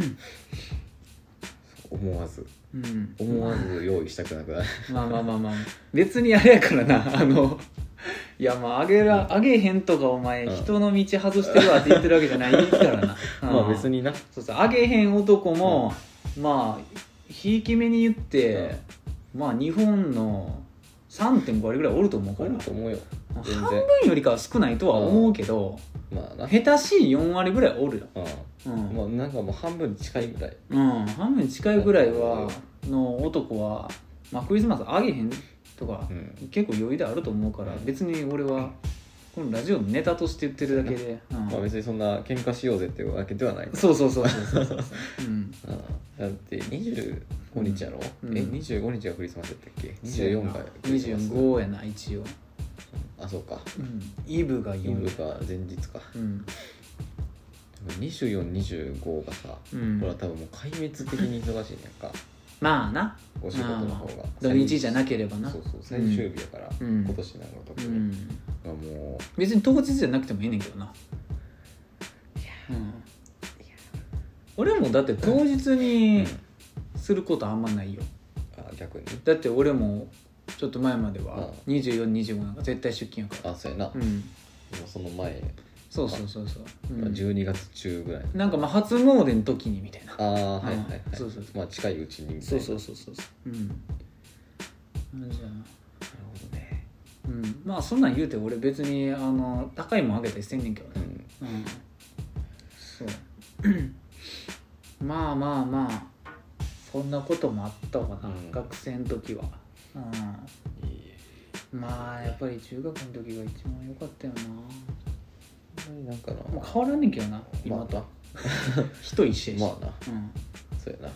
思わず、うん、思わず用意したくなくないまあまあまあまあ別にあれやからな、あのいやまああげら、うん、あげへんとかお前、うん、人の道外してるわって言ってるわけじゃないからなまあ別にな、 そうそう、あげへん男も、うん、まあひいき目に言って、うん、まあ日本の さんてんご 割ぐらいおると思うから、おると思うよ、 半分よりかは少ないとは思うけど、うん、まあな、下手しいよん割ぐらいおるよ、 うんうん、もうなんかもう半分に近いぐらい、 うん、半分に近いぐらいはの男は、まあ、クリスマスあげへんとか、うん、結構余裕であると思うから、別に俺はこのラジオのネタとして言ってるだけで、 うん、まあ、別にそんな喧嘩しようぜっていうわけではないから、 そうそうそうそうそうそう、うん、 だってにじゅうごにちやろ、うん、えにじゅうごにちがクリスマスやったっけ、にじゅうよんがクリスマス、 にじゅうごやな一応、 あそうか、 うん、イブがイブが前日か、うん、にじゅうよん、にじゅうごがさ、うん、これは多分もう壊滅的に忙しいねんかまあな、 お仕事の方が土日じゃなければな、 そうそう最終日やから、うん、今年なの特に、うん、 もう別に当日じゃなくてもいいねんけどな、いや、うん、いや俺もだって当日にすることあんまないよ、 うん、あ逆にだって俺もちょっと前まではにじゅうよん、にじゅうごなんか絶対出勤やから、 あそうやな、うん、その前そうそうそうそう、 うん、じゅうにがつ中ぐらいなんかまあ初詣の時にみたいな、 ああ、はいはいはい、そうそうそう、まあ近いうちにみたいな、 そうそうそうそう、うん、じゃあなるほどね、うん、まあそんなん言うて俺別にあの高いもんあげたりしてんねんけどね、うん、うん、そうまあまあまあそんなこともあったかな、うん、学生の時は、うん、いい、まあやっぱり中学の時が一番良かったよな、 なんかな、 もう変わらんねんけどな今と、まあ、人一緒やし、 まあな、うん、そうやな、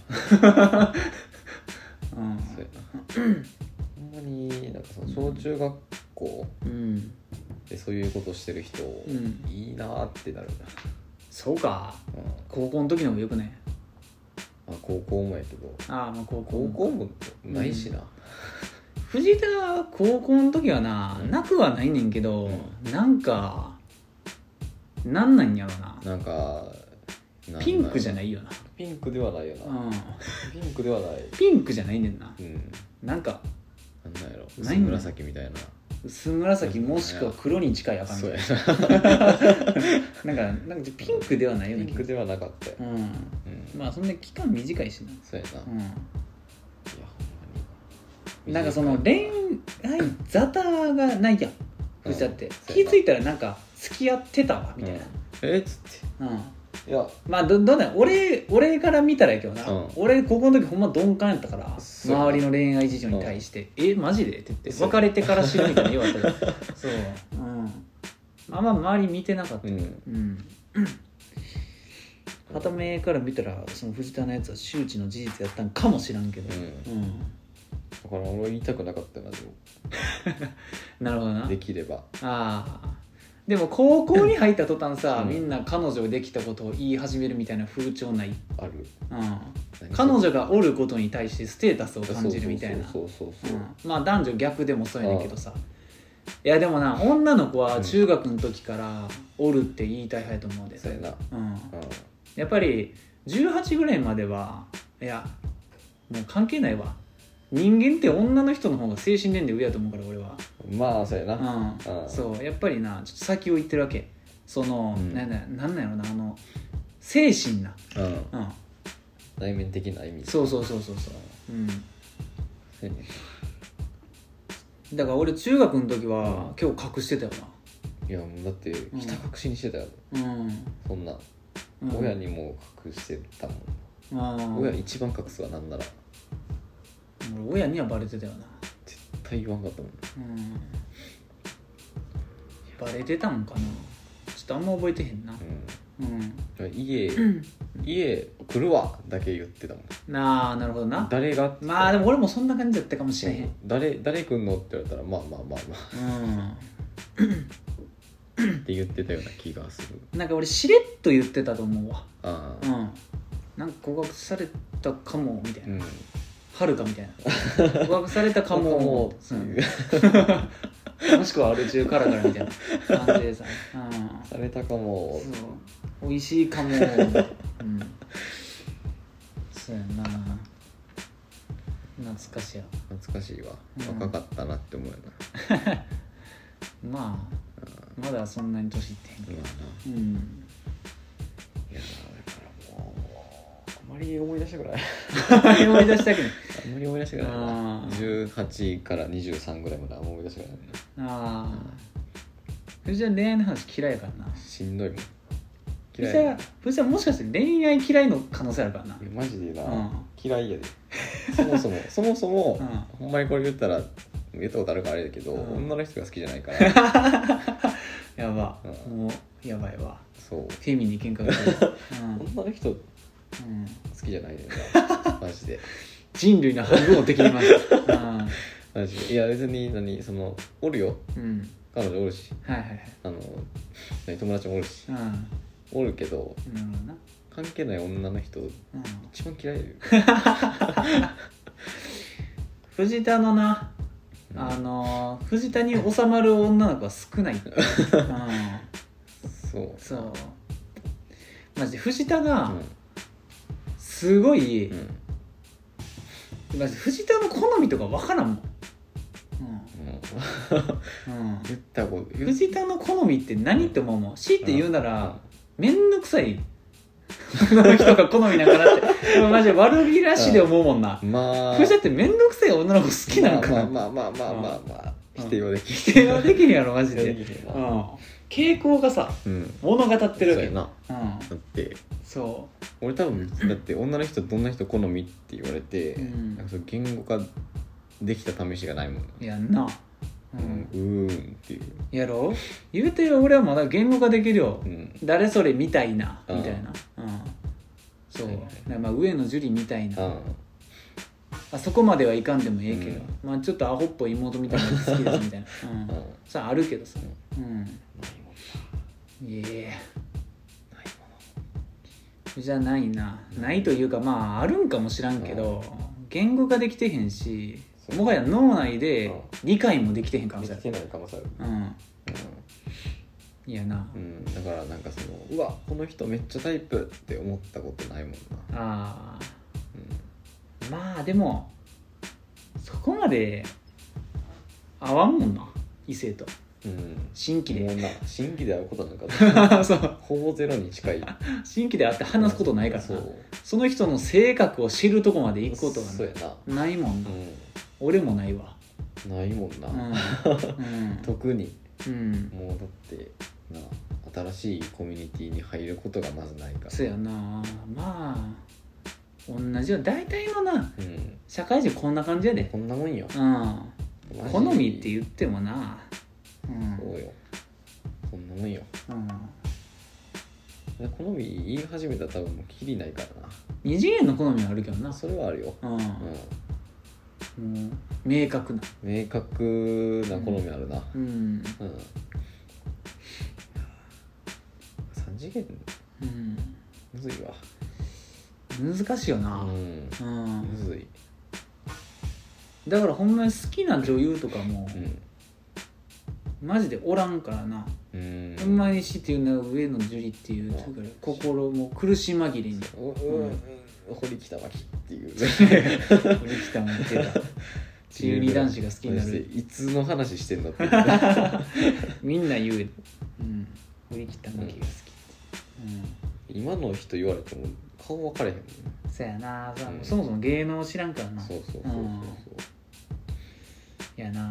うん、そうやな、ほんまになんかその小中学校でそういうことしてる人、うん、いいなってなるな、 そうか、うん、高校の時の方がよくね、 あ高校もやけど、 あまあ高校も高校もないしな、うん、 藤田高校の時はな、うん、なくはないねんけど、うん、なんかなんなんやろな、 なんかピンクじゃないよな、 ピンクではないよな、うん、ピンクではない、 ピンクじゃないねんな、うん、なんかなんなんやろ、薄紫みたいな、 薄紫もしくは黒に近い赤みたいななんかなんかピンクではないよね、 ピンクではなかったよ、うんうん、 まあそんな期間短いしな、 そうやな、うん、いやほんまになんかその恋愛沙汰がないやん藤田って、うん、気づいたらなんか付き合ってたわみたいな、うん、 えっつって、うん、いやまあどどんな俺俺から見たらやけどな、うん、俺高校の時ほんま鈍感やったから周りの恋愛事情に対して、うん、えマジでって言って別れてから知るみたいな言われたけどそう、うん、あんま周り見てなかった、うんうんはためから見たらその藤田のやつは周知の事実やったんかもしらんけど、うんうん、 だから俺言いたくなかったなでもなるほどな、 できれば、 ああでも高校に入った途端さ、うん、みんな彼女できたことを言い始めるみたいな風潮ない？ ある、 うん、彼女がおることに対してステータスを感じるみたいな、まあ男女逆でもそうやねんけどさ、いやでもな女の子は中学の時からおるって言いたい派やと思うで、 そうやな、うん、 やっぱりじゅうはちぐらいまではいやもう関係ないわ、人間って女の人の方が精神年齢上やと思うから俺は、 まあそうやな、 うんうん、そうやっぱりなちょっと先を言ってるわけ、その、うん、なんだなんなんやろなあの精神な、うんうん、 内面的な意味、 そうそうそうそうそう、うん、そうね、だから俺中学の時は、うん、今日隠してたよな、 いやだってひた隠しにしてたよ、うん、そんな、うん、親にも隠してたもん、うん、親一番隠すわ、なんなら俺親にはバレてたよな、 絶対言わんかったもん、うん、 バレてたんかなちょっとあんま覚えてへんな、うん、 うん、 家家来るわだけ言ってたもん。 なあなるほどな。 誰がまあでも俺もそんな感じだったかもしれへん。 誰誰来んのって言われたらまあまあまあまあ、うん、って言ってたような気がする。 なんか俺しれっと言ってたと思うわ。 ああ、 うん、なんか告白されたかもみたいな、うん、はるかみたいな告白されたかもうん、もしくはアル中からからみたいな感じでさ、うん、 されたかもそう美味しいかも、うん、そうやな懐かしいや懐かしいわ、うん、若かったなって思うよなまあまだそんなに年いってへんけど、まあな、うん、 いやだからもうあまり思い出したくないあまり思い出したくないあんまり思い出したくないな。じゅうはちからにじゅうさんぐらいまで思い出したくないな。ああ藤田恋愛の話嫌いやからな。 しんどいもん。 嫌いや。藤田もしかして恋愛嫌いの可能性あるからな。 マジでな、うん、嫌いやでそもそもそもそも、うん、ほんまにこれ言ったら言ったことあるからあれだけど、うん、女の人が好きじゃないからやば、うん、もうやばいわ。そうフェミに喧嘩がする、 うん、女の人、うん、好きじゃないねんなマジで人類の半分を敵に回した、うん、 マジで。いや別に何そのおるよ、うん、彼女おるし、はいはいはい、あの友達もおるし、うん、おるけど、うん、関係ない女の人、うん、一番嫌いだよ藤田のな、うん、あの藤田に収まる女の子は少ない、うん、そうそうマジで藤田がすごい、うんうん、マジで藤田の好みとか分からんもん、うんうん、言ったこと藤田の好みって何って思うもん。強いて言うならめんどくさい女の人が好みなんかなってでもマジで悪気らしいで思うもんな、まあ、藤田ってめんどくさい女の子好きなのかな。 まあまあまあまあまあ、まあ、否定はできん否定はできんやろマジで、うん、傾向がさ、うん、物語ってるわけな、うん、だってそう俺多分だって女の人どんな人好みって言われて、うん、なんかそう言語化できた試しがないもん。 やんな、 うん、うーんっていうやろ言うてよ俺はまだ言語化できるよ、うん、誰それみたいなみたいな、うん、そう、はいはい、まあ上野樹里みたいな、うん、あそこまではいかんでもええけど、うん、まあちょっとアホっぽい妹みたいなの好きですみたいな、うんうん、さああるけどさ、うん、ないもんないえないものじゃないな、ないというかまああるんかもしらんけど、言語化できてへんしもはや脳内で理解もできてへん可能性ある。 できてない可能性ある。うん。うん、 いやな。 うん。だからなんかそのうわこの人めっちゃタイプって思ったことないもんな。ああ。 うん、まあでもそこまで合わんもんな異性と。うん。新規で。 もうな新規で会うことなんかそうほぼゼロに近い。 新規で会って話すことないからな。そう。その人の性格を知るとこまで行くことがな、そうやなないもんな。うん。俺もないわ。 ないもんな、うんうん、特に、うん、もうだってな新しいコミュニティに入ることがまずないから。 そうやなまあ同じよ大体のな、うん、社会人こんな感じやで。 こんなもんよ、うん、 好みって言ってもな、 うん、そうよこんなもんよ、うん、好み言い始めたら多分もうキリないからな。 二次元の好みはあるけどな。 それはあるよ、うんうんもう明確な明確な好みあるな。うん、うん、三次元、うん、むずいわ。 難しいよな、うん、うん、 むずい。 だからほんまに好きな女優とかも、うん、マジでおらんからな。うん、ほんまにしっていうのは上野樹里っていう、うん、心も苦し紛れに、うんうん堀北真希っていう堀北真希って中二男子が好きになる。 いつの話してんのってみんな言う、うん、堀北真希が好き、 うん、今の人言われても顔分かれへんもんね。 そうやな、うん、そもそも芸能知らんからな。 そうそうそうそうそう、うん、 やな、うん、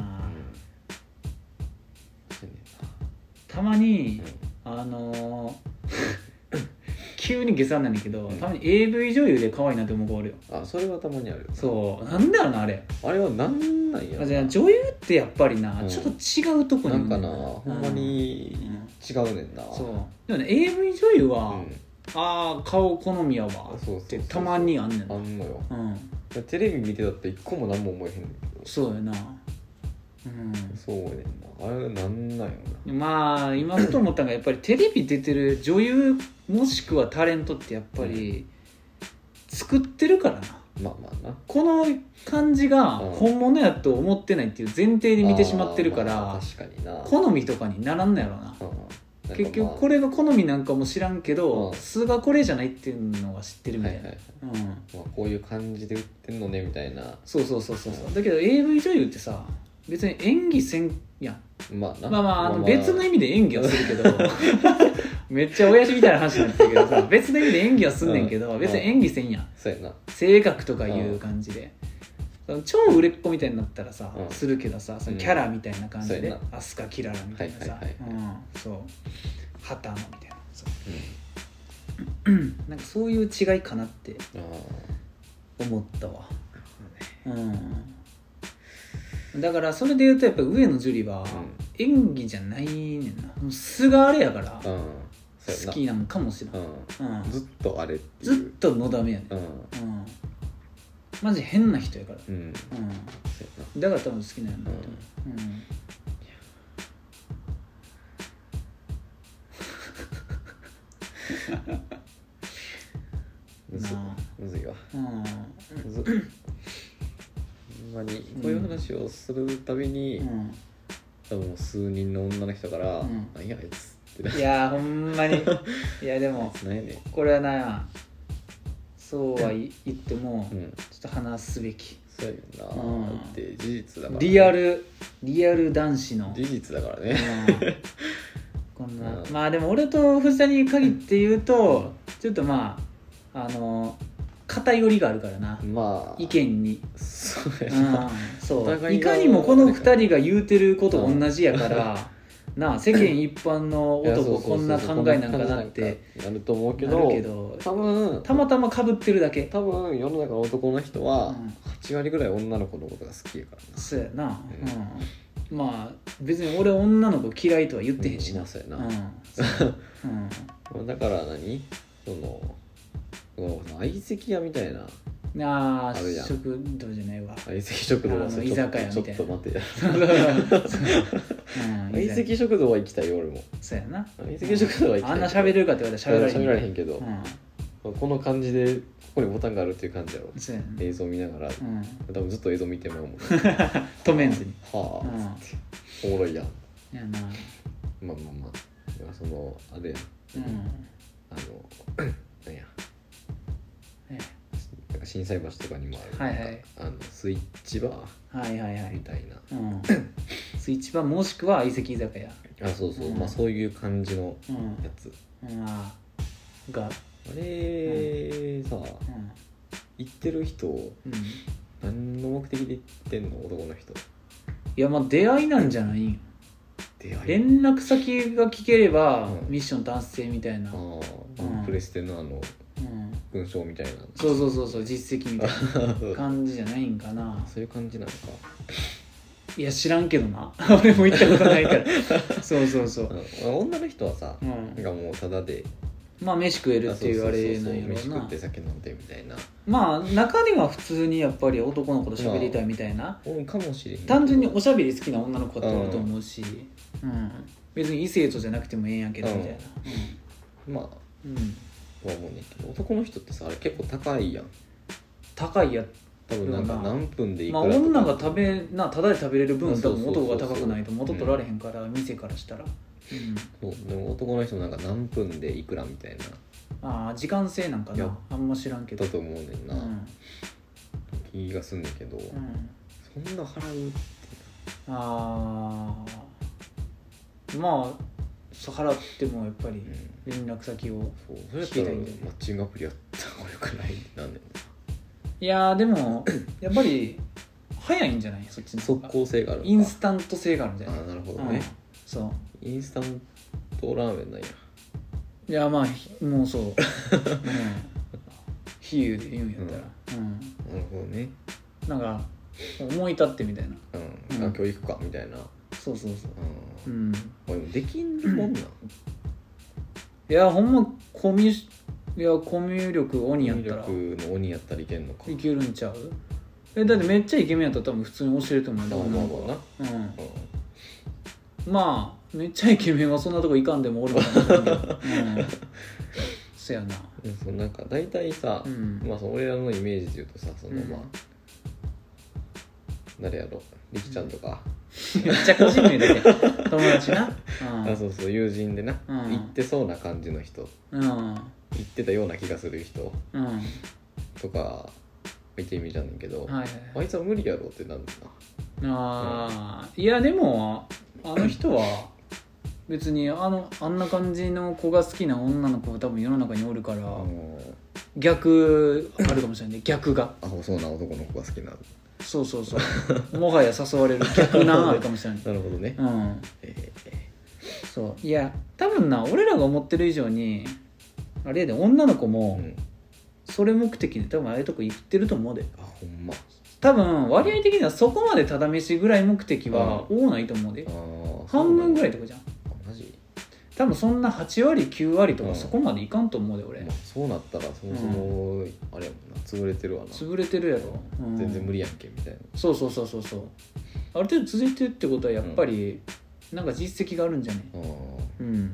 たまに、うん、あのー、 急に下山なんだけど、うん、たまに エーブイ 女優で可愛いなって思う子おるよ。 あ、それはたまにあるよ。 そうなんだろうなあれ。 あれはなんなんやろな。 じゃあ女優ってやっぱりな、うん、ちょっと違うとこになんかな、ほんまに違うねんな、うん、 そうでもね エーブイ 女優は、うん、ああ顔好みやわってたまにあんねんな。 あんのよ、うん、テレビ見てたって一個も何も思えへんねんけど。 そうやな、うん、 そうねんな。あれなんなんやろな。まあ今ふと思ったのがやっぱりテレビ出てる女優もしくはタレントってやっぱり作ってるからな、 まあまあな、この感じが本物やと思ってないっていう前提で見てしまってるから、 まあ、確かにな好みとかにならんのやろな、うん、結局これが好みなんかも知らんけど、うん、素がこれじゃないっていうのが知ってるみたいな、はいはいはい、うん、まあ、こういう感じで売ってんのねみたいな。 そうそうそうそう、うん、だけど エーブイ 女優ってさ別に演技せんやん。 まあな、 まあまあ、あの別の意味で演技はするけどめっちゃ親父みたいな話になってるけどさ、別の意味で演技はすんねんけど、うん、別に演技せんやん。 そうやな、 性格とかいう感じで、うん、超売れっ子みたいになったらさ、うん、するけどさ、そのキャラみたいな感じで、うん、アスカキララみたいなさ、そう畑野みたいなさ、うん、なんかそういう違いかなって思ったわ。うん、だからそれで言うとやっぱ上野樹里は演技じゃないねんな、もう素があれやから、うん、好きなのかもしれない、 うんうん、ずっとあれっていう、 ずっとのだめやねん、うんうん、マジ変な人やから、うんうん、だから多分好きなんやなと思う、 うん、むずいむずいわ、うん、むずいほんまにこういう話をするたびに、うん、多分数人の女の人から「うん、何やあいつ」っていやほんまにいやでもこれはなそうは言っても、うん、ちょっと話すべき。 そうやな、うん、だって事実だから、 ね、リアルリアル男子の事実だからね、 うん、こんな、うん、まあでも俺と藤田に限って言うとちょっとまああの偏りがあるからな、まあ、意見にそうやな、 うん、そういかにもこのふたりが言うてること同じやから、うん、なあ世間一般の男こんな考えなんかなってなると思うけど、けど多分たまたま被ってるだけ。 多分世の中の男の人ははち割ぐらい女の子のことが好きやからな。 そうやな、うん、まあ別に俺女の子嫌いとは言ってへんしな、 うん、そうやな、うんそううん、だから何その相席屋みたいなああるやん、食堂じゃないわ、 相席食堂は居酒屋みたいな、 ちょっと待ってや相席食堂は行きたいよ俺も。 そうやな、 相席食堂は行きたい。 あんな喋れるかって言われたら喋られへん、 喋られへんけど、うん、この感じでここにボタンがあるっていう感じやろ。そうや、ね、映像見ながら、うん、多分ずっと映像見てもらうもん止めんずにはあ、うん、おもろいやんやな。 まあまあまあそのあれやん、うん、あのなんやなんか心斎橋とかにもある、はいはい、あのスイッチバー、はいはいはい、みたいな、うん、 スイッチバーもしくは相席居酒屋、 あそうそう、うん、まあそういう感じのやつ、 うんうん、あがあれさ、うん、行ってる人、うん、何の目的で行ってんの男の人。 いやまあ出会いなんじゃないん。出会い連絡先が聞ければ、うん、ミッション達成みたいな、あ、 うん、プレステのあの文章みたいな、 そうそうそうそう実績みたいな感じじゃないんかなそういう感じなのか。 いや知らんけどな俺も行ったことないからそうそうそう、 うん、女の人はさ、うん、なんかもうタダでまあ飯食えるっていうあれなんやろうな。 飯食って酒飲んでみたいな。 まあ中には普通にやっぱり男の子と喋りたいみたいな、 まあ、かもしれん。 単純におしゃべり好きな女の子だと思うと思うし、うん、別に異性とじゃなくてもええんやけどみたいな、 うん、まあ、うん、は思うねんけど、男の人ってさあれ結構高いやん。 高いや多分なんか何分でいいからとか、まあ、女が食べなただで食べれる分多分男が高くないと元取られへんから、うん、店からしたら、 うん、そうでも男の人なんか何分でいくらみたいな、 ああ時間制なんかな、あんま知らんけどだと思うねんな、うん、気がすんねんけど、うん、そんな払うってああまあ払ってもやっぱり連絡先を聞けたいんだよね。 マッチングアプリやった方がよくないなんで。 いやでもやっぱり早いんじゃないそっちの速攻性があるのか、 インスタント性があるんじゃない。 ああなるほどね、うん、 そうインスタントラーメンなんや。 いやまあもうそう、うん、比喩で言うんやったら、うん、うん、 なるほどね。 なんか思い立ってみたいな、 うん、うん、教育かみたいな。 そうそうそう、うん、 うん、できんもんなん、いやほんまコミュいやコミュ力鬼やったらコミュ力の鬼やったらいけんのか。 いけるんちゃう。えだってめっちゃイケメンやったら多分普通に教えると思う。 まあまあまあな、 うん、うん、まあめっちゃイケメンはそんなとこいかんでもおるかもしれないけど、うん、そやな。 そうなんか大体さ、うん、まあその俺らのイメージで言うとさその、うん、まあ誰やろりきちゃんとか、 めっちゃ個人名だけ友達な、 うん、あそうそう友人でな、うん、行ってそうな感じの人、うん、行ってたような気がする人、うん、とか見てみじゃねんけど、はいはいはい、あいつは無理やろってなるんだな。 あ、うん、いやでもあの人は別にあのあんな感じの子が好きな女の子が多分世の中におるから、逆あるかもしれないね。逆があそうな男の子が好きな。 そうそうそうもはや誘われる逆なんあるかもしれないなるほどね、 うんえー、そういや多分な俺らが思ってる以上にあれやで女の子も、うん、それ目的で多分ああいうとこ行ってると思うで。 あほんま多分割合的にはそこまでただ飯ぐらい目的は多ないと思うで。あ半分ぐらいとかじゃん。 マジ多分そんなはちわりきゅうわりとかそこまでいかんと思うで俺、 まあ、そうなったらそもそも、うん、あれやもんな潰れてるわな。 潰れてるやろ、 うん、全然無理やんけみたいな。 そうそうそうそうそう。ある程度続いてるってことはやっぱり、うん、なんか実績があるんじゃねえ。うん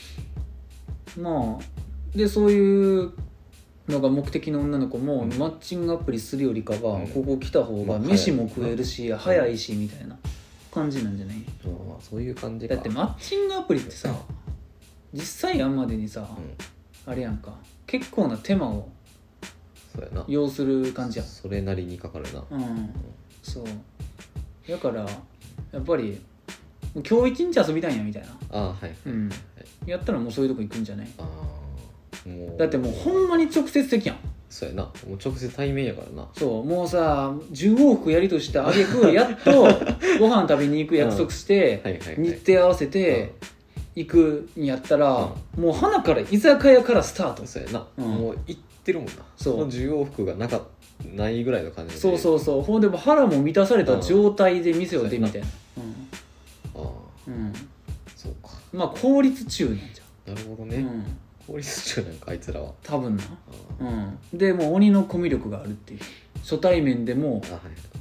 まあでそういうのが目的の女の子も、うん、マッチングアプリするよりかは、うん、ここ来た方が飯も食えるし、まあ、早いしみたいな感じなんじゃない。 うんまあ、そういう感じか。 だってマッチングアプリってさ実際やんまでにさ、うん、あれやんか結構な手間をそうやな要する感じやん。 それなりにかかるな。 うん、うん、そうだからやっぱりもう今日一日遊びたいんやみたいな。 あはい、うん、 やったらもうそういうとこ行くんじゃない。 あもうだってもうほんまに直接的やん。 そうやなもう直接対面やからな。 そうもうさじゅう往復やりとしたあげくやっとご飯食べに行く約束してうんはいはいはい、日程合わせて行くんやったら、うん、もう花から居酒屋からスタート。 そうやな、うん、もう行ってるもんな。そうそのじゅう往復がなかないぐらいの感じで。 そうそうそうほんでも腹も満たされた状態で店を出みたいな。うん、ああうんそうか。まあ効率中なんじゃん。なるほどね、うん効率中なんかあいつらは多分な、うん、でもう鬼のコミュ力があるっていう初対面でもあ、はい、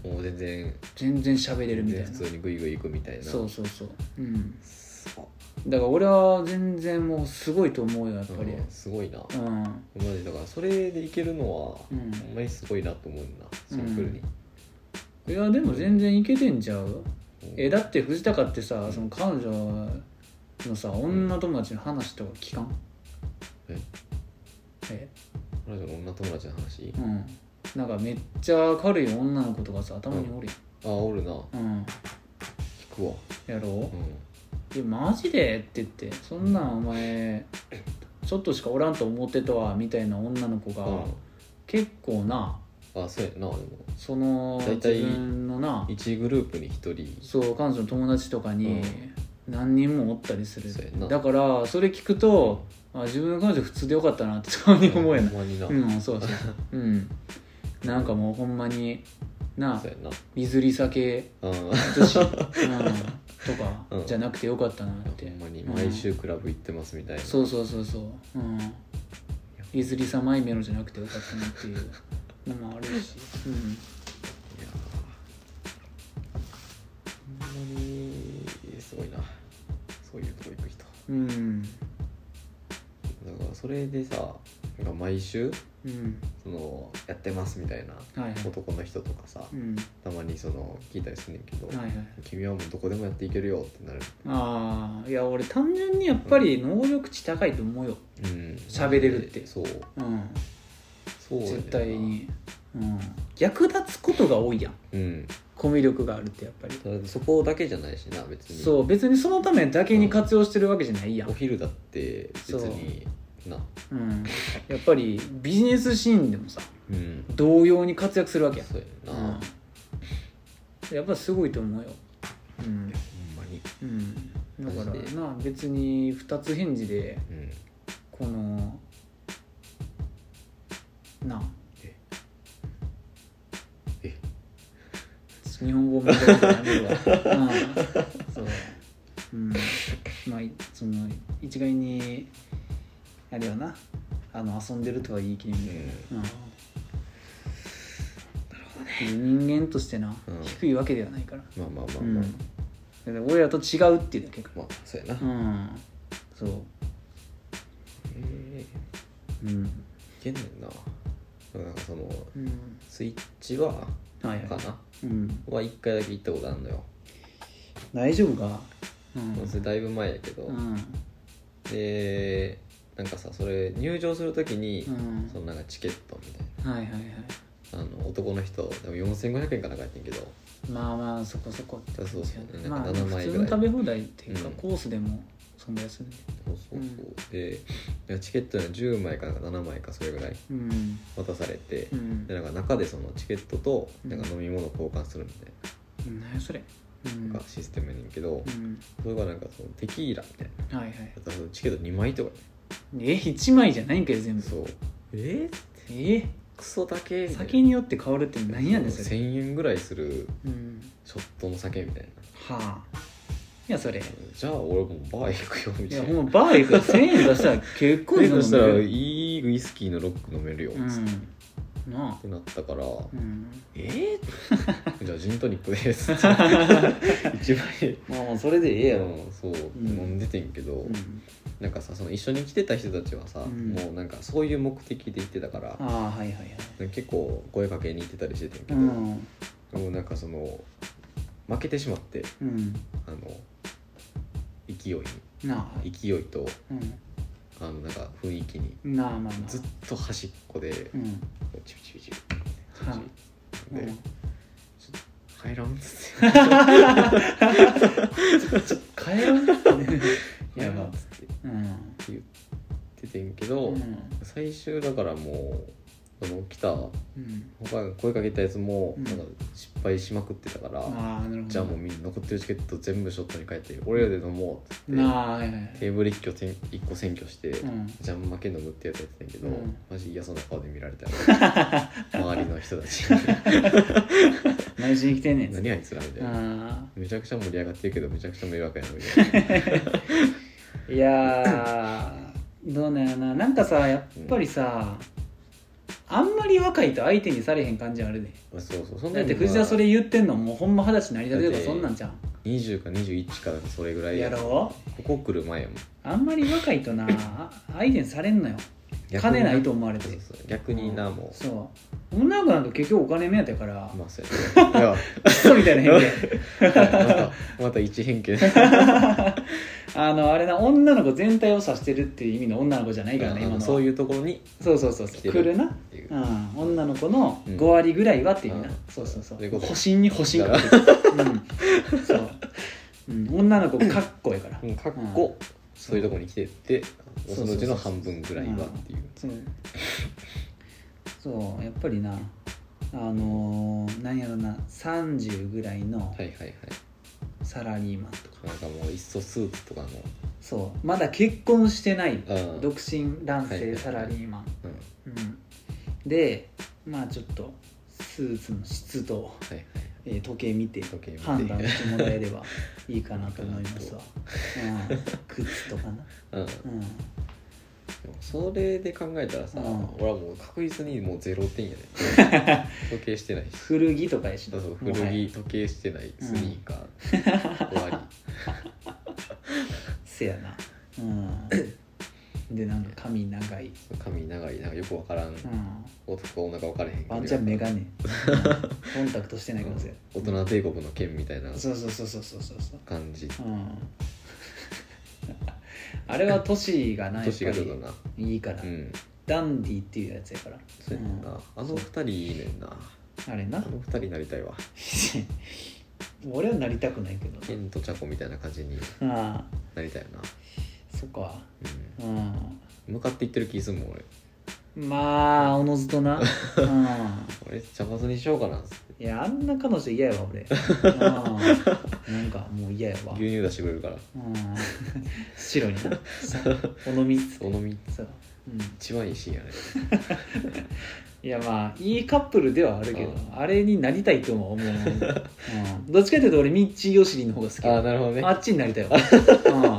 もう全然全然喋れるみたいな普通にグイグイ行くみたいな。そうそうそう、うん、そうだから俺は全然もうすごいと思うよやっぱり、うん、 すごいな、うん、マジだからそれでいけるのは、うん、ほんまにすごいなと思うんだシンプルに、 うん、いやでも全然いけてんちゃう、うん、えだって藤高ってさその彼女のさ女友達の話とか聞かん。 ええ彼女の女友達の話。 うんなんかめっちゃ軽い女の子とかさ頭におるやん、うん、あおるな。うん聞くわやろう、うん、えマジでって言ってそんなんお前ちょっとしかおらんと思ってたわみたいな女の子が、うん、結構なあそうやなでもその自分のないちグループにひとりそう彼女の友達とかに何人もおったりする、うん、だからそれ聞くと、うん、あ自分の彼女普通でよかったなってたまに思うやな。ほんまになうんそうそううんなんかもうほんまにな水利酒女子、うん、とかじゃなくてよかったなって、 ほんまに毎週クラブ行ってますみたいな、うん、 そうそうそうそう、うん、水利さマイメロじゃなくてよかったなっていうのもあるし、うん、いやほんまにすごいなそういうとこ行く人。うんだからそれでさなんか毎週、うん、そのやってますみたいな男の人とかさ、はいはい、たまにその聞いたりするんだけど、はいはい、君はもうどこでもやっていけるよってなる。 ああいや俺単純にやっぱり能力値高いと思うよ。うん、喋れるって。そう、うん、そう絶対に、うん、役立つことが多いやん、うん、コミュ力があるってやっぱりそこだけじゃないしな別に。 そう別にそのためだけに活用してるわけじゃないやん、 うん、お昼だって別にな、 うん、やっぱりビジネスシーンでもさ、うん、同様に活躍するわけやん。そうやな、うん、やっぱすごいと思うよ、うん、ほんまに、うん、だからな別にふたつ返事でこのなあええ日本語もやめるわうんそう、うんまあその一概にあれよなあの遊んでるとは言い切れんけど、うんうん、なるほどね人間としてな、うん、低いわけではないからまあまあまあまあ、 うん、俺らと違うっていうだけかまあそうやなうんそうえー、うんいけんねんななんかその、 うん、 スイッチは、 はいはい、 かな、 うん、 は一回だけ行ったことあるのよ大丈夫か、うん、 それだいぶ前やけど、 うん、 でなんかさそれ入場するときに、 うん、 そのなんかチケットみたいな、 はいはいはいあの男の人でもよんせんごひゃくえんかなんかやってんけどまあまあそこそこってそうそうね、 まあ、 なんかななまいぐらい、 普通の食べ放題っていうか、 うん、 コースでもそんぐらいするねそうそうそう、うん、でチケットにはじゅうまいかなんかななまいかそれぐらい渡されて、うん、でなんか中でそのチケットとなんか飲み物交換するみたいな、 うん、何それ、うん、 なんかシステムやねんけど、うん、それがなんかそのテキーラみたいな、はいはい、だからチケットにまいとかねえいちまいじゃないんかよ全部そうええー、 クソだけ酒によって変わるって何やねんそれせんえんぐらいするショットの酒みたいな、うん、はあいやそれじゃあ俺もバー行くよみたいな。 いやもうバー行くよせんえん出したら結構いいの飲める。 したらいいウイスキーのロック飲めるよ、うん、 なあってなったから、うん、 えー、じゃあジントニックです一倍まあもうそれでええやろ、 そう、うん、飲んでてんけど、うん、なんかさその一緒に来てた人たちはさ、うん、もうなんかそういう目的で行ってたから、 あ、はいはいはい、 結構声かけに行ってたりしててんけど、うん、もうなんかその負けてしまって、うん、あの勢いになあ勢いと、うん、あのなんか雰囲気になあまあまあずっと端っこで、うん、チビチビチビチビチビで、うん、ちょっと帰らんっつってちょっと帰らんっつってやばっつって、うん、言っててんけど、うん、最終だからもうその来た、うん、他声かけたやつもなんか失敗しまくってたから、うん、じゃあもうみんな残ってるチケット全部ショットに変えて俺らで飲もうっつって、うん、テーブルいっこ占拠して、うん、じゃん負け飲むってやつやってたんけど、うん、マジ嫌そうな顔で見られたよ周りの人たち何しに来てんねん何あいつらみたいなめちゃくちゃ盛り上がってるけどめちゃくちゃ迷惑やなみたいないやーどうなんやななんかさやっぱりさ、うんあんまり若いと相手にされへん感じあるで、 そうそうそんなだって藤田それ言ってんのもうほんま二十歳なりたてとかそんなんじゃんにじゅうかにじゅういちかそれぐらいやろうここ来る前やもんあんまり若いとな相手にされんのよ金ないと思われてそうそう逆にな、うん、もうそう女の子なんか結局お金目当てやからまあそうやねいやクソみたいな偏見またまた一偏見あのあれな女の子全体を指してるっていう意味の女の子じゃないからね今のそういうところにそうそうそう来るな、うん、女の子のごわりぐらいはっていうな、うん、そうそうそう保身に保身かけてうんそう、うん、女の子かっこやから、 うん、かっこ、うん、そういうところに来てってそのうちの半分ぐらいはっていうそうそうやっぱりなあのー、何やろなさんじゅうぐらいのはいはいはいサラリーマンとかなんかもういっそスーツとかのそうまだ結婚してない独身男性サラリーマン、はいはいはいうん、でまあちょっとスーツの質と、はいはいえー、時計見て判断してもらえればいいかなと思いますわ、うん、靴とかな、うんうんでもそれで考えたらさ、うん、俺はもう確実にもうゼロてんやね時計してないし古着とかやしそうそう古着時計してないスニーカー、うん、終わりせやなうんでなんか髪長い髪長いなんかよくわからん、うん、男なんか分からへんワンちゃんメガネコンタクトしてないかもしれない大人帝国の剣みたいなそうそうそうそうそうそう感じ、 うんあれは年がない年がちょっとないいから、うん、ダンディっていうやつやからそうやんな、うん、あの二人いいねんなあれなあの二人になりたいわ俺はなりたくないけどケンとチャコみたいな感じになりたいよなそっかうん、うん、向かっていってる気するもん俺まあおのずとな、うん、 俺茶髪にしようかな。 いやあんな彼女嫌やわ俺なんかもう嫌やわ。 牛乳出してくれるから、うん、 白になお飲みお飲みそう、 うん、一番いいシーンやねいやまあいいカップルではあるけど、あ, あれになりたいとも思う、うん、どっちかというと俺ミッチー・ヨシリの方が好き。 ああなるほどね。 あっちになりたいわ、うん、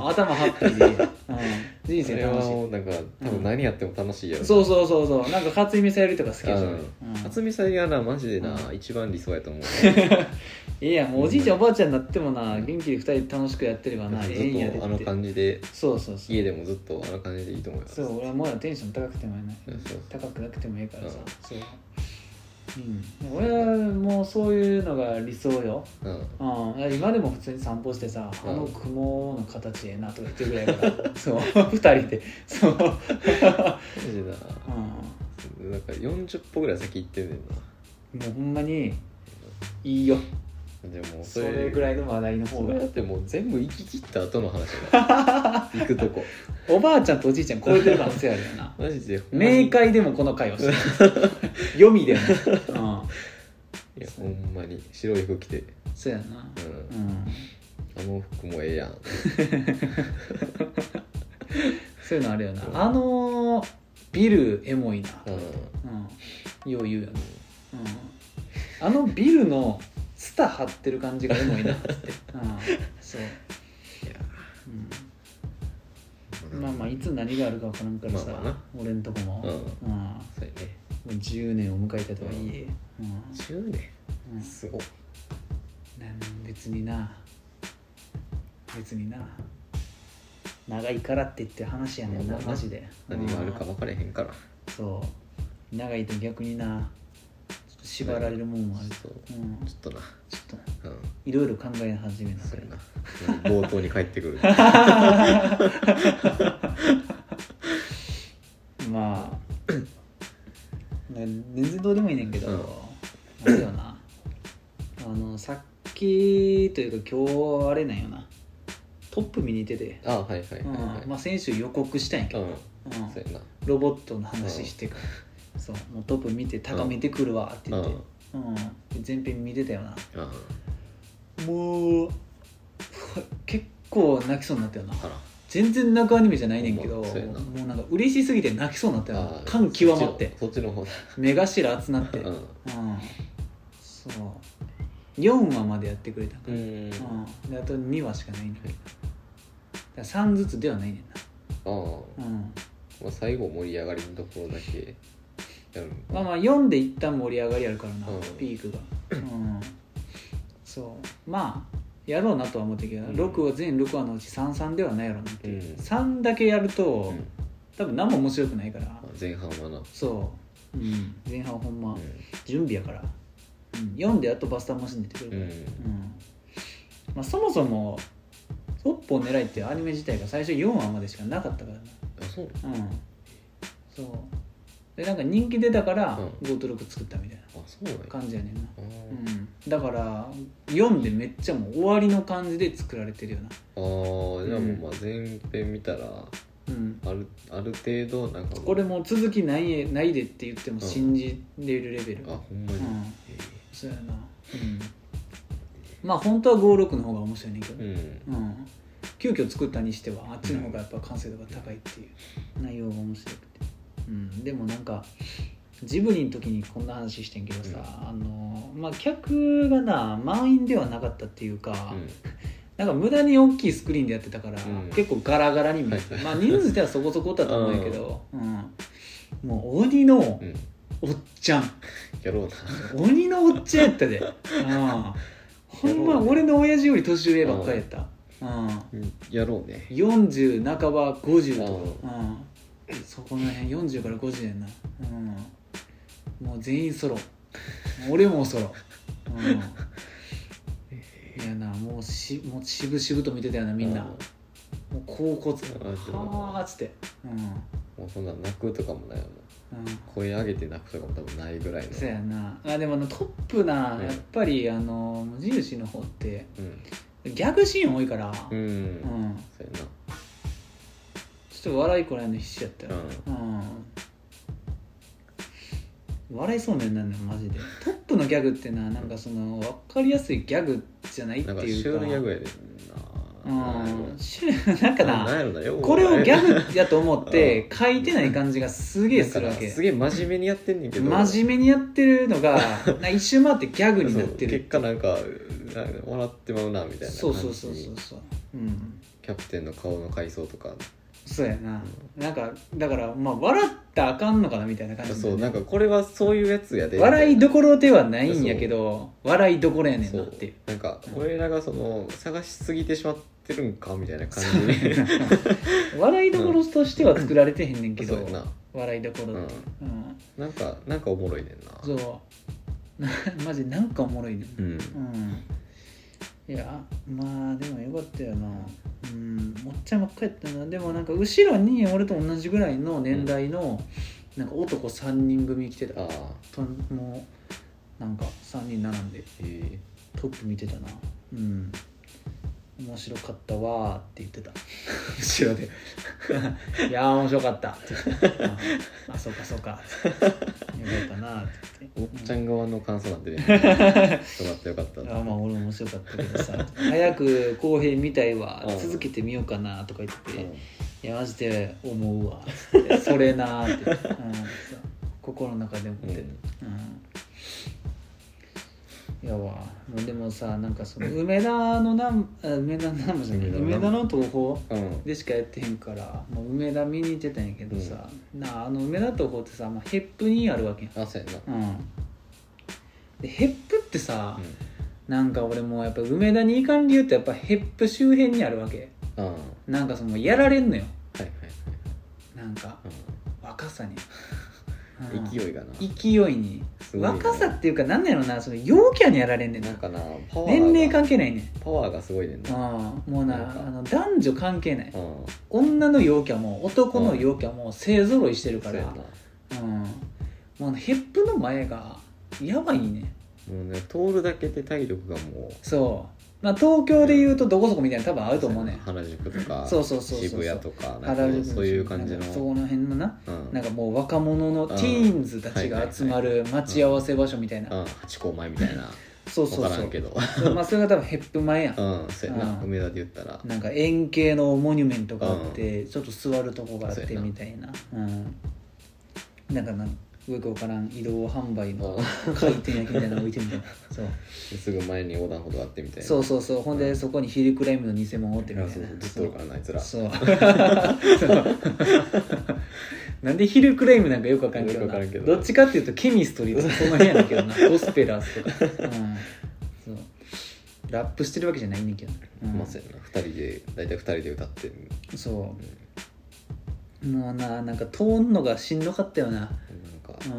頭ハッピーで、うん、人生楽しい。 なんか多分何やっても楽しいやろ、 うん、そうそうそうそう。なんか勝見さゆりとか好きやし、うん、 勝見さゆりはなマジでな、うん、一番理想やと思ういやもうおじいちゃんおばあちゃんになってもな元気でふたりで楽しくやってればな、 ずっとあの感じで、 そうそうそう、 家でもずっとあの感じでいいと思います。 そう俺はもうテンション高くてもない、高くなくてもいいからさ、うん、そう、うん、俺はもうそういうのが理想よ、うんうん、今でも普通に散歩してさ、うん、あの雲の形ええなとか言ってるぐらいからそうふたりでそうマジだな、 うん、なんかよんじゅっぽぐらい先行ってんねんな。もうほんまにいいよ。 でもそれそれぐらいの話題の方が。 それだってもう全部行き切った後の話だ行くとこおばあちゃんとおじいちゃん超えてる可能性あるよなマジで冥界でもこの会話して読みでも、うん、いやほんまに白い服着て、 そうやな、 うんうん、あの服もええやんそういうのあるよな、うん、あのビルエモいな、うんうん、よう言うよね、うん、あのビルのツタ張ってる感じがエモいなって、うん、そういや、うん、まあまあいつ何があるか分からんからさ、まあまあ、俺んとこも、うんうん、そうやね、もうじゅうねんを迎えたとはいえ、うんうん、 じゅうねん、うん、すごい。 なん別にな別にな長いからって言って話やねんな、マジで何があるか分からへんから、 そう長いと逆にな縛られるもんもあると、 うん、ちょっとなちょっとな、うん、いろいろ考え始めなそれな冒頭に帰ってくるまあ全然どうでもいいねんけど、うん、あれよな、あのさっきというか今日あれなんよな、トップ見に行ってて、 あ、はいはいはい、はい、 うん、まあ先週予告したんやけど、うんうん、そうやな、ロボットの話してから、うん、そうもうトップ見て高めてくるわって言って、うんうん、前編見てたよな、うん、もう結構泣きそうになったよな。全然泣くアニメじゃないねんけど、もうなんか嬉しすぎて泣きそうになったよな、感極まって、 そっちの方目頭熱なって、うんうん、そうよんわまでやってくれたから、うん、うん、であとにわしかないんだけど、さんずつではないねんな。あ、うん、 まあ、最後盛り上がりのところだけやる。 まあまあよんで一旦盛り上がりあるからな、うん、ピークが、うん、そうまあやろうなとは思ったけど、うん、ろくは全ろくわのうちさんさんではないやろなって、うん、さんだけやると、うん、多分何も面白くないから、 前半はな、 そう、うん、前半はほんま、うん、準備やから、うん、よんでやっとバスターマシン出てくるから、うんうん、まあ、そもそもトップを狙いっていうアニメ自体が最初よんわまでしかなかったからな。 あ、そう、うん、 そうでなんか人気出たからごとろく作ったみたいな感じやねんな、うん、だからよんでめっちゃもう終わりの感じで作られてるよな。ああ、じゃあもうまあ前編見たら、うん、あるある程度なんかこれもう続きないないでって言っても信じれるレベル、うん、 あ、ほんまに、うん、 そうやな、うん、まあ本当はごろくの方が面白いねんけど、うんうん、急遽作ったにしてはあっちの方がやっぱ完成度が高いっていう内容が面白くて、うん、でもなんかジブリの時にこんな話してんけどさ、うん、あのまあ客がな満員ではなかったっていうか、うん、なんか無駄に大きいスクリーンでやってたから、うん、結構ガラガラに見えて、まあ人数ではそこそこだと思うんやけど、うん、もう鬼のおっちゃん、 やろうな鬼のおっちゃんやったで、あほんま俺の親父より年上ばっかりやった、 うん、やろうね、 よんじゅう半ばごじゅうとか、うん、そこの辺よんじゅうからごじゅうやな、うん、もう全員ソロ、俺もソロ、うん、いやな、もうしもう渋々と見てたよなみんな、もう高骨はーっつって、うん、 もうそんな泣くとかもないもん、うん、声上げて泣くとかも多分ないぐらいの。 そうやなあ。でもトップな、うん、やっぱりあの無印の方って、うん、ギャグシーン多いから、うんうん、そうやな、ちょっと笑いこらえるの必死やったよ、うんうん、 笑いそうになるのマジで。トップのギャグってな、なんかその分かりやすいギャグじゃないっていうか、なんかシュールギャグやでな。 うん、なんかな、これをギャグやと思って書いてない感じがすげえするわけ。 すげえ真面目にやってんねんけど、 真面目にやってるのが一周回ってギャグになってる。 結果なんか笑ってまうなみたいな感じ。 そうそうそうそうそう、うん、 キャプテンの顔の回想とか。 そうやな、うん、なんかだからまあ笑ったらあかんのかなみたいな感じで、ね、 そうなんかこれはそういうやつやで、 笑いどころではないんやけど笑いどころやねんなっていう、 なんか俺らがその探しすぎてしまってるんかみたいな感じで笑いどころとしては作られてへんねんけど、うん、笑いどころ、うんうん、 なんかなんかおもろいねんな。 そうマジなんかおもろいねん、うん、うん、いやまあでもよかったよな。うん、もっちゃんばっかりやったな。でもなんか後ろに俺と同じぐらいの年代のなんか男さんにん組来てた、うん、ともうなんかさんにん並んでトップ見てたな。うん面白かったわーって言ってた後ろでいやー面白かったって言って、ああそうかそうかよかったなって言って、 おっちゃん側の感想なんてねよかったよかったあまあ俺も面白かったけどさ早く後編見たいわ続けてみようかなとか言ってて、うん、いやマジで思うわってそれなーって、うん、心の中で思ってる、うんうんいやわもうでもさなんかその梅田のなん梅田のなんじゃない梅田の東宝でしかやってへんから、もう梅田見に行ってたんやけどさ、うん、なあの梅田東宝ってさ、まあ、ヘップにあるわけやん。 あそうやな、 うん、でヘップってさ、うん、なんか俺もやっぱ梅田に行かん理由ってやっぱヘップ周辺にあるわけ、うん、なんかそのやられんのよ、はいはいはい、なんか、うん、若さに勢いがな勢いに若さっていうかなんだろうなその陽キャにやられんねんな。 なんかなパワー年齢関係ないねん。 パワーがすごいねんな。 うんもうなあの男女関係ない、うん、女の陽キャも男の陽キャも勢ぞろいしてるから、うん、もうヘップの前がやばいね。 もうね通るだけで体力がもうそうまあ、東京でいうとどこそこみたいな多分あると思うね。 原宿とかそうそうそうそう渋谷とかなんかそういう感じのそこの辺のな、うん、なんかもう若者のティーンズたちが集まる待ち合わせ場所みたいな、 うんうん、ハチ公前みたいなそうそうそう分からんけどまあそれが多分ヘップ前やん、 うん、そうやな、うん、梅田で言ったらなんか円形のモニュメントがあって、うん、ちょっと座るとこがあってみたいな、うん、なんかなよくわからん移動販売の回転焼きみたいなの置いてみたいなそうすぐ前に横断歩道あってみたいなそうそうそうほんで、うん、そこにヒルクライムの偽物おってみたいなそうずっとおるからなあいつらそうなんでヒルクライムなんかよくわかんけどなどっちかっていうとケミストリーとかその辺やねんけどなゴスペラーズとか、うん、そうラップしてるわけじゃないねんけど、 うん、まさになふたりで大体ふたりで歌ってるそう、うん、もうななんか通んのがしんどかったよなうん、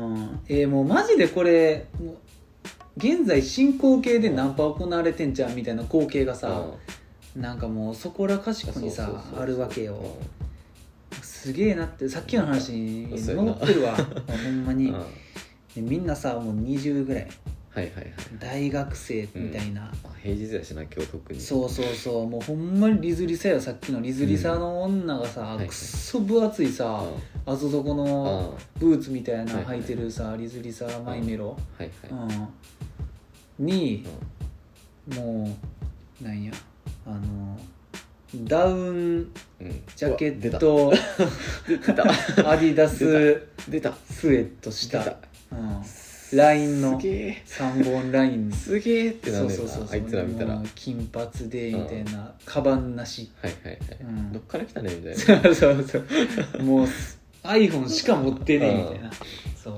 えー、もうマジでこれもう現在進行形でナンパ行われてんじゃんみたいな光景がさ、うん、なんかもうそこらかしこにさあるわけよ、うん、すげえなってさっきの話に戻ってるわほんまに、うん、でみんなさもうにじゅうぐらいはいはいはい、 大学生みたいな、 うん、平日やしな今日特にそうそうそうもうほんまにリズリサよさっきのリズリサの女がさ、うん、くっそ分厚いさ、あそこのブーツみたいな履いてるさ、はいはい、リズリサマイメロ、はいはいうん、に、うん、もうなんやあのダウンジャケット、うん、出たアディダス出たスウェットした出た、うんラインのさんぼんラインすげえってなんだよなあいつら見たら金髪でみたいな、うん、カバンなしはいはいはい、うん、どっから来たねみたいなそうそうそうもう iPhone しか持ってねえみたいな、うん、そう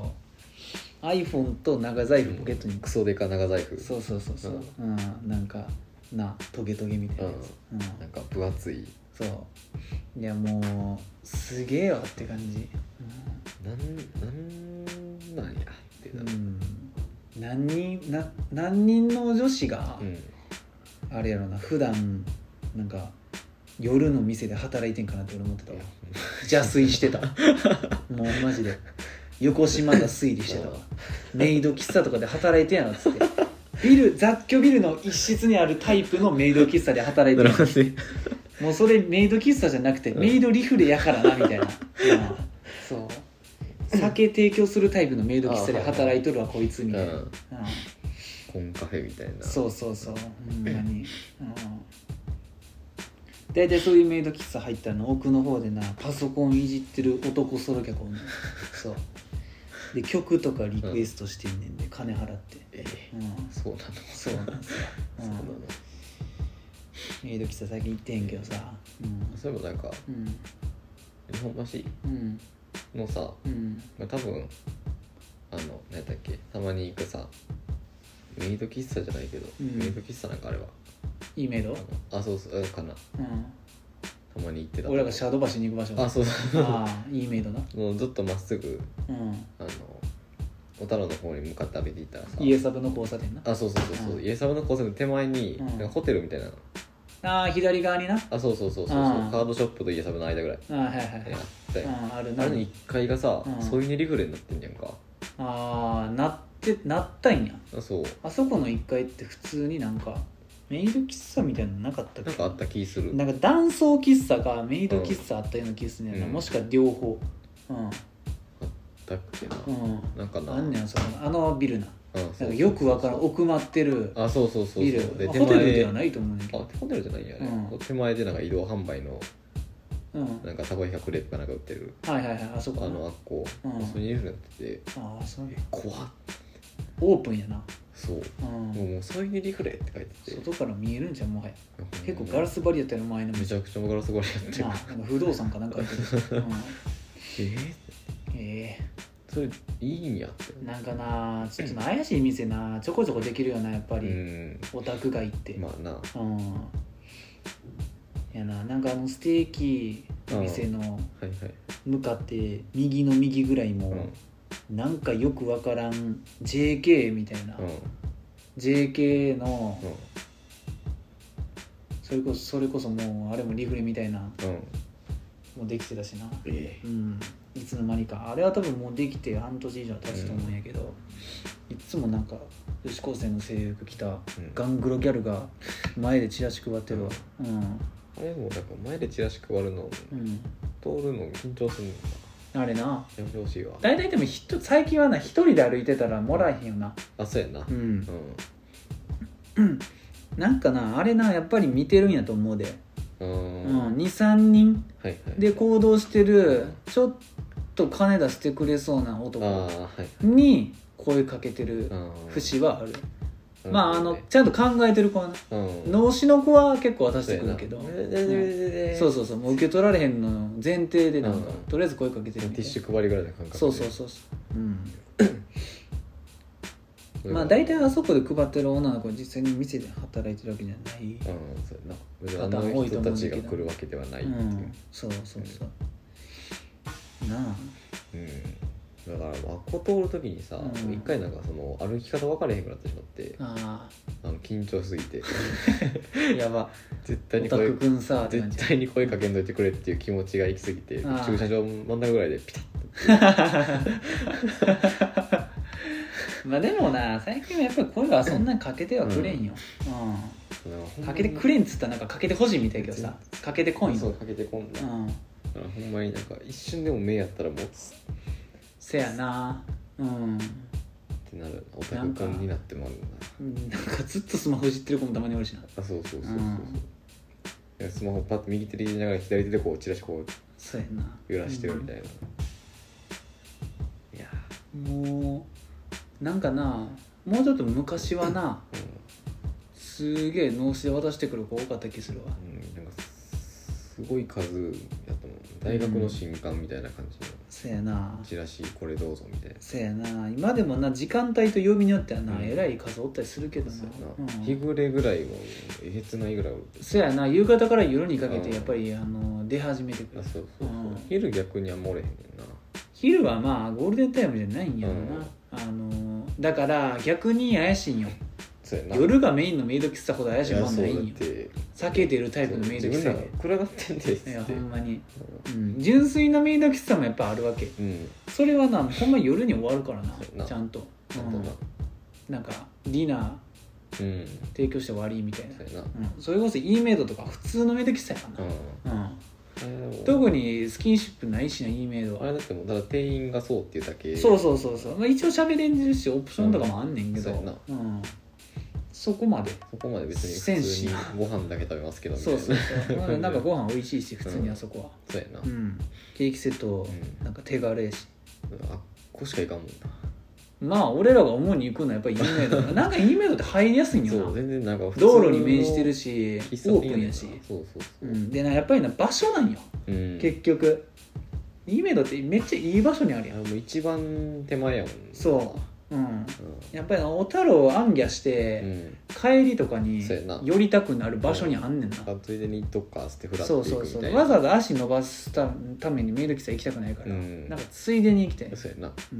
iPhone と長財布ポケットに、うん、 クソデカ長財布そうそうそうそう、うんうん、なんかなトゲトゲみたいなやつ、 うんうん、なんか分厚いそういやもうすげえわって感じ、 うん、なんなんなんやうん、何人な何人の女子が、うん、あれやろな普段なんか夜の店で働いてんかなって俺思ってたわ邪推してたもうマジで横島が推理してたわメイド喫茶とかで働いてんやろっつってビル雑居ビルの一室にあるタイプのメイド喫茶で働いてるもうそれメイド喫茶じゃなくて、うん、メイドリフレやからなみたいな、うん、そう酒提供するタイプのメイド喫茶で働いとるわこいつみたいな、うん、 コンカフェみたいな。 そうそうそうほんまに、うん、だいたいそういうメイド喫茶入ったらの奥の方でなパソコンいじってる男ソロ客をねそうで曲とかリクエストしてんねんで、うん、金払って、 えーうん、そうなのそうなんですよ、うん、そうなのメイド喫茶最近行ってへんけどさ、 うん、そういえばなんか、うん、日本橋のさ、うんまあ、多分あの何やったっけたまに行くさメイド喫茶じゃないけど、うん、メイド喫茶なんかあれはいいメイドあ, あそうそうかな、うん、たまに行ってた俺らがシャドバシに行く場所あそうそうあいいメイドなもうずっとまっすぐ、うん、あの小太郎の方に向かって歩いていったらさ家サブの交差点なあそうそうそうそう、うん、家サブの交差点の手前に、うん、なんかホテルみたいなああ左側になあそうそうそうそうそうカードショップと家サブの間ぐらいあはいはいはいあってああるなあれのいっかいがさ、うん、添い寝リフレになってんじゃんかああなってなったんやあそうあそこのいっかいって普通になんかメイド喫茶みたいなのなかったっけなんかあった気するなんか男装喫茶かメイド喫茶あったような気するんやな、うん、もしくは両方うんあったっけな、 うん、 なんかなあんねんそこあのビルななんかよくわからん奥まってるあそうそうそうそうビルでホテルではないと思うねんけどあホテルじゃないんやね、うん、手前でなんか移動販売の、うん、なんかたこ焼きかクレープかなんか売ってるはいはいはいあそこあのあっこ、うん、それにいるのっててあそうえ怖っオープンやなそう、うん、もうもうそういうリフレって書いてて外から見えるんじゃんもはや結構ガラス張りやったよ前のめちゃくちゃガラス張りやってる、 まあ、なんか不動産かなんかやってる、うん、 えー、えー、それいいんやってなんかなちょっと怪しい店なちょこちょこできるよなやっぱり、うん、オタク街ってまあなうんやななんかあのステーキの店の向かって右の右ぐらいも、うんなんかよくわからん ジェーケー みたいな、うん、ジェーケー の、うん、それこそそれこそもうあれもリフレみたいな、うん、もうできてたしな、えーうん、いつの間にかあれは多分もうできて半年以上経つと思うんやけど、うん、いつもなんか女子高生の制服着たガングロギャルが前でチラシ配ってるわ、うんうん、 あれもなんか前でチラシ配るの、うん、通るの緊張するのかあれなやめてほしいわ大体でも最近はな一人で歩いてたらもらえへんよなあそうやなうん、 うん、なんかなあれなやっぱり見てるんやと思うでうん、にさんにんで行動してる、はいはい、ちょっと金出してくれそうな男に声かけてる節はあるまああのちゃんと考えてる子はね、うん、脳死の子は結構渡してくるけど、うん、そうそうそうもう受け取られへんの前提でなんか、うん、とりあえず声かけてるみたいなティッシュ配りぐらいの感覚でそうそうそうそううんまあ大体あそこで配ってる女の子は実際に店で働いてるわけじゃない、うん、 そうやなあの人たちが来るわけではないっていう、うん、 そうそうそう、うん、なあうんだからあっこ通るときにさ、うん、一回なんかその歩き方分からへんくなってしまってああの緊張しすぎてやば絶対に声絶対に声かけんといてくれっていう気持ちが行き過ぎて駐車場真ん中ぐらいでピタッとまあでもな最近はやっぱり声はそんなにかけてはくれんよ、うんうん、かけてくれんっつったらなんかかけてほしいみたいけどさかけてこんよそうかけてこんな、うん、ほんまになんか一瞬でも目やったらもうせやなうんってなるオタク感になってもあるななんかずっとスマホいじってる子もたまにおるしなあそうそうそうそうそう、うん、スマホパッと右手で入れながら左手でこうチラシこうそうやな揺らしてるみたいな、 うん、いやもうなんかなもうちょっと昔はな、うん、すげえ脳死で渡してくる子多かった気するわ、 うん、なんかすごい数やと思う大学の新刊みたいな感じの、うん、 せやなチラシこれどうぞみたいなせやな今でもな時間帯と曜日によってはな、うん、えらい数おったりするけどな、 うん、日暮れぐらいもえげつないぐらいおるせやな夕方から夜にかけてやっぱり、うん、あの出始めてくるあそうそうそう、うん、昼逆には漏れへんねんな昼はまあゴールデンタイムじゃないんやろな、うん、あのだから逆に怪しいんよ夜がメインのメイド喫茶ほど怪しいもんないんよ酒出るタイプのメイド喫茶で暗がってんでいやほんまに、うん、純粋なメイド喫茶もやっぱあるわけ、うん、それはなほんま夜に終わるからなちゃんと、うん、なんかディナー、うん、提供して終わりみたいな そ, な、うん、それこそ E メイドとか普通のメイド喫茶やからな、うんうん、 特にスキンシップないしな E メイドは。 あれだってもうただ店員がそうっていうだけ。 そうそうそうそう、まあ、一応喋れんでるしオプションとかもあんねんけど、うん、そうやな、うん、そこまでそこまで別に普通にご飯だけ食べますけどみたいな。 そうそうそうなんかご飯美味しいし普通にあそこは、 うん、そうやな、 うん、ケーキセットなんか手軽やし、 うん、あっこしかいかんもんな。 まあ俺らが主に行くのはやっぱり E メイドなんか E メイドって入りやすいんよな。 そう全然なんか道路に面してるしオープンやし、 そうそうそう、 うん、でなやっぱりな場所なんよ、うん、結局 E メイドってめっちゃいい場所にあるやん。 もう一番手前やもん。 そう、うん、うん、やっぱり小太郎を暗記して、うん、帰りとかに寄りたくなる場所にあんねんな。 うん、ついでにどっか捨てフラッと行くみたいな。そうそうそう、わざわざ足伸ばすた, ためにメイド喫茶行きたくないから、うん、なんかついでに行きたい。 そうやな、 うん、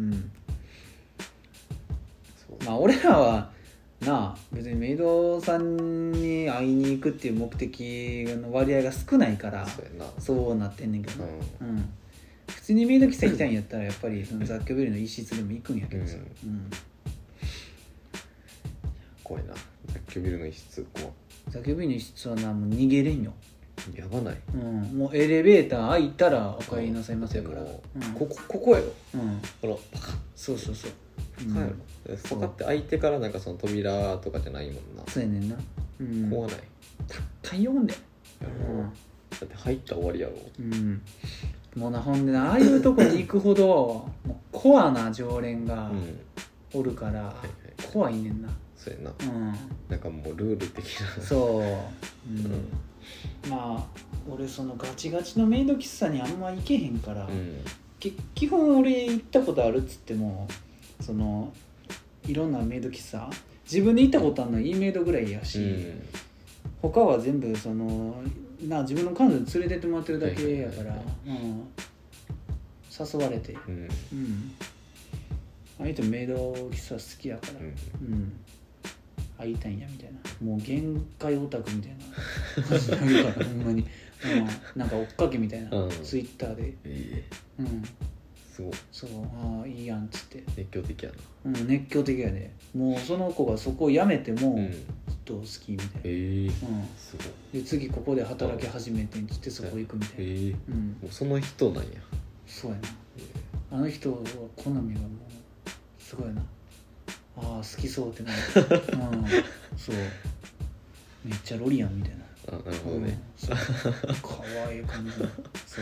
まあ俺らはなあ別にメイドさんに会いに行くっていう目的の割合が少ないからそうやな、そうなってんねんけど、うんうん、普通にメイド喫茶行きたいんやったらやっぱりその雑居ビルの一室でも行くんやけどさ、うんうん、 怖いな雑居ビルの一室。怖い。 雑居ビルの一室はなもう逃げれんよ。 やばない、 うん、もうエレベーター開いたらお帰りなさいませやから、うん、 ここここやろ、うん、このパカッ、 そうそうそう、 パカッやろ、うん、パカッて開いてからなんかその扉とかじゃないもんな。 そうやねんな、うん、 怖ない。 高いよんで、 うん、だって入ったら終わりやろ、 うん、もうなほんでなああいうとこに行くほどもうコアな常連がおるから、うんはいはい、怖いねんな。 そうやな、うん、なんかもうルール的なそう、うんうん、まあ俺そのガチガチのメイド喫茶にあんま行けへんから、うん、基本俺行ったことあるっつってもそのいろんなメイド喫茶自分で行ったことあるのは E メイドぐらいやし、うん、他は全部そのな自分の彼女に連れてってもらってるだけやから、うん、誘われて、うんうん、あいつメイド喫茶好きやから、うんうん会いたいんやみたいなもう限界オタクみたいな感じになるからほんまに、うん、なんか追っかけみたいな、うん、ツイッターで、えー、うんすごいそうああいいやんっつって熱狂的やな、うん、熱狂的やでもうその子がそこを辞めても、うん、ずっと好きみたいな、えーうん、すごいで次ここで働き始めてんっつってそこ行くみたいな、えーうん、もうその人なんや。 そうやな、えー、あの人は好みがもうすごいなああ好きそうってなる、うん、そうめっちゃロリアンみたいな。 あなるほどね、 うん、かわいい感じそう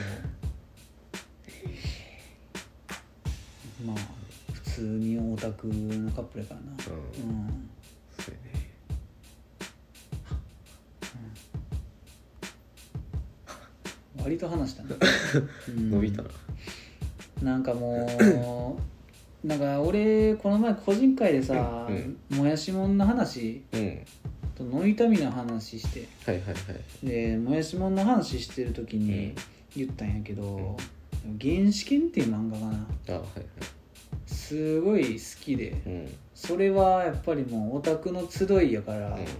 まあ普通にオタクのカップルやからな、うん、うん、そうやね、うん、割と話したね、 うん、伸びたな。 なんかもうなんか俺この前個人会でさ、うんうん、もやしもんの話、うん、とノイタミの話して、はいはいはい、でもやしもんの話してる時に言ったんやけど、うん、原始圏っていう漫画がな、あ、はいはい、すごい好きで、うん、それはやっぱりもうオタクの集いやから、うん、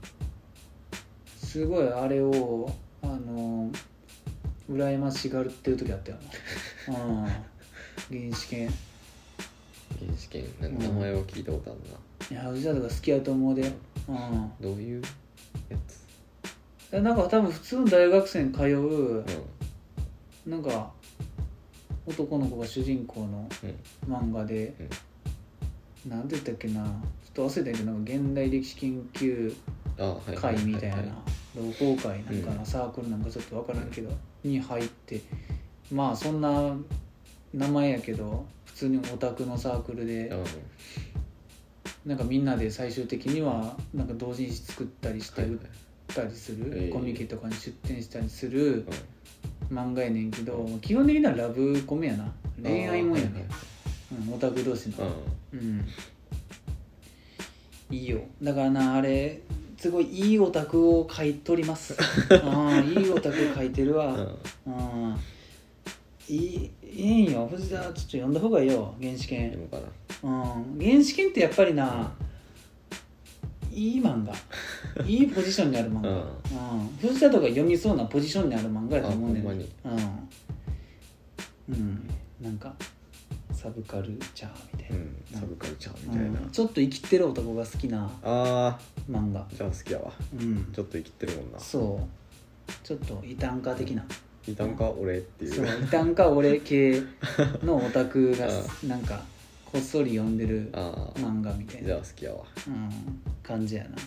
すごいあれをあの羨ましがるっていう時あったよな、うん、原始圏原始圏なんか名前は聞いたことあるな、 うん、いや藤田とか好きやと思うで、うん、 どういうやつなんか多分普通の大学生に通う、うん、なんか男の子が主人公の漫画で、うん、なんて言ったっけなちょっと忘れたけどなんか現代歴史研究会みたいな同好会なんかな、うん、サークルなんかちょっと分からんけど、うん、に入ってまあそんな名前やけど普通にオタクのサークルで、うん、なんかみんなで最終的にはなんか同人誌作ったりして売ったりする、はいはい、コミケとかに出展したりする漫画やねんけど、うん、基本的にはラブコメやな恋愛もんやね、はいはいうん、オタク同士の、うんうん、いいよだからなあれすごいいいオタクを描いとりますあいいオタク描いてるわ、うんうんいい、いいんよ藤田ちょっと読んだ方がいいよ原始圏、うん、原始圏ってやっぱりな、うん、いい漫画いいポジションにある漫画、うんうん、藤田とか読みそうなポジションにある漫画やと思うねんねうん、うん、なんかサブカルチャーみたいな、うん、 サブカルチャーみたいな、 うん、ちょっと生きてる男が好きなあ漫画じゃあ好きやわ、うん、ちょっと生きてるもんなそうちょっと異端化的ないたんか俺っていう、 そういたんか俺系のオタクがなんかこっそり読んでる漫画みたいな。 じゃあ好きやわ、 うん、感じやな、うん、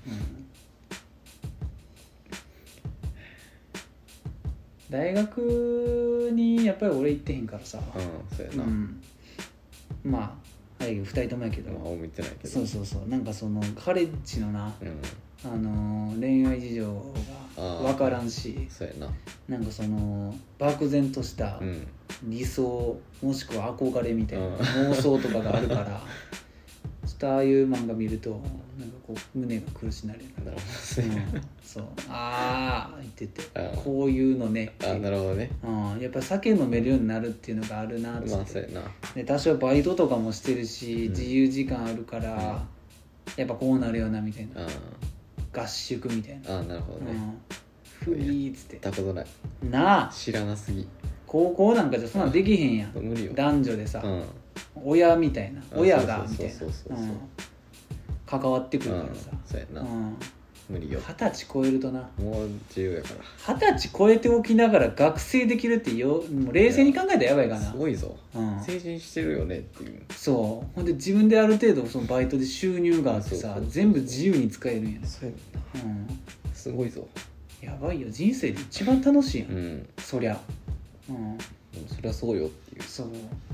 大学にやっぱり俺行ってへんからさ、 うん、そうやな、 うん、まあはいふたりともやけど、 まあ、俺も行ってないけど、 そうそうそうなんかそのカレッジのな、うん、あのー、恋愛事情が分からんし、 そうやな、 なんかその漠然とした理想、うん、もしくは憧れみたいな妄想とかがあるからちょっとああいう漫画見るとなんかこう胸が苦しなる。 なるほどね、 うん、そうああ言っててこういうのねあなるほどね、 うん、やっぱ酒飲めるようになるっていうのがあるなって、 まあそうやな、 で多少バイトとかもしてるし、うん、自由時間あるから、うん、やっぱこうなるよなみたいな、うん、合宿みたいな、 あなるほどね、 うん、ふいーっつって行ったことないなあ、 知らなすぎ、 高校なんかじゃそんなんできへんやん、 無理よ男女でさ、 うん、 親みたいな親がみたいな関わってくるからさ、 うん、そうやな、うん、無理よ、 二十歳超えるとな、 もう自由やから二十歳超えておきながら学生できるってよもう冷静に考えたらやばいかな、 すごいぞ、うん、成人してるよねっていう、 そうほんで自分である程度そのバイトで収入があってさ、そうそうそうそう全部自由に使えるんやね、 そうやな、うん、すごいぞ、 やばいよ人生で一番楽しいやん、うん、そりゃ、 うん、でもそりゃそうよっていう、 そう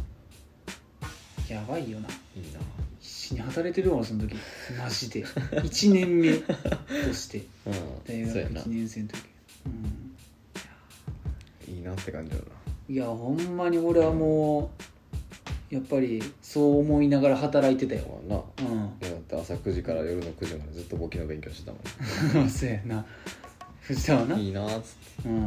やばいよな、 いいな、 必死に働いてるわその時マジでいちねんめとして、うん、大学いちねん生の時、 うん、いいなって感じだな。 いやほんまに俺はもうやっぱりそう思いながら働いてたよな、うん、だって朝くじから夜のくじまでずっと簿記の勉強してたもんそうやな藤田はないいなーっつって、うん、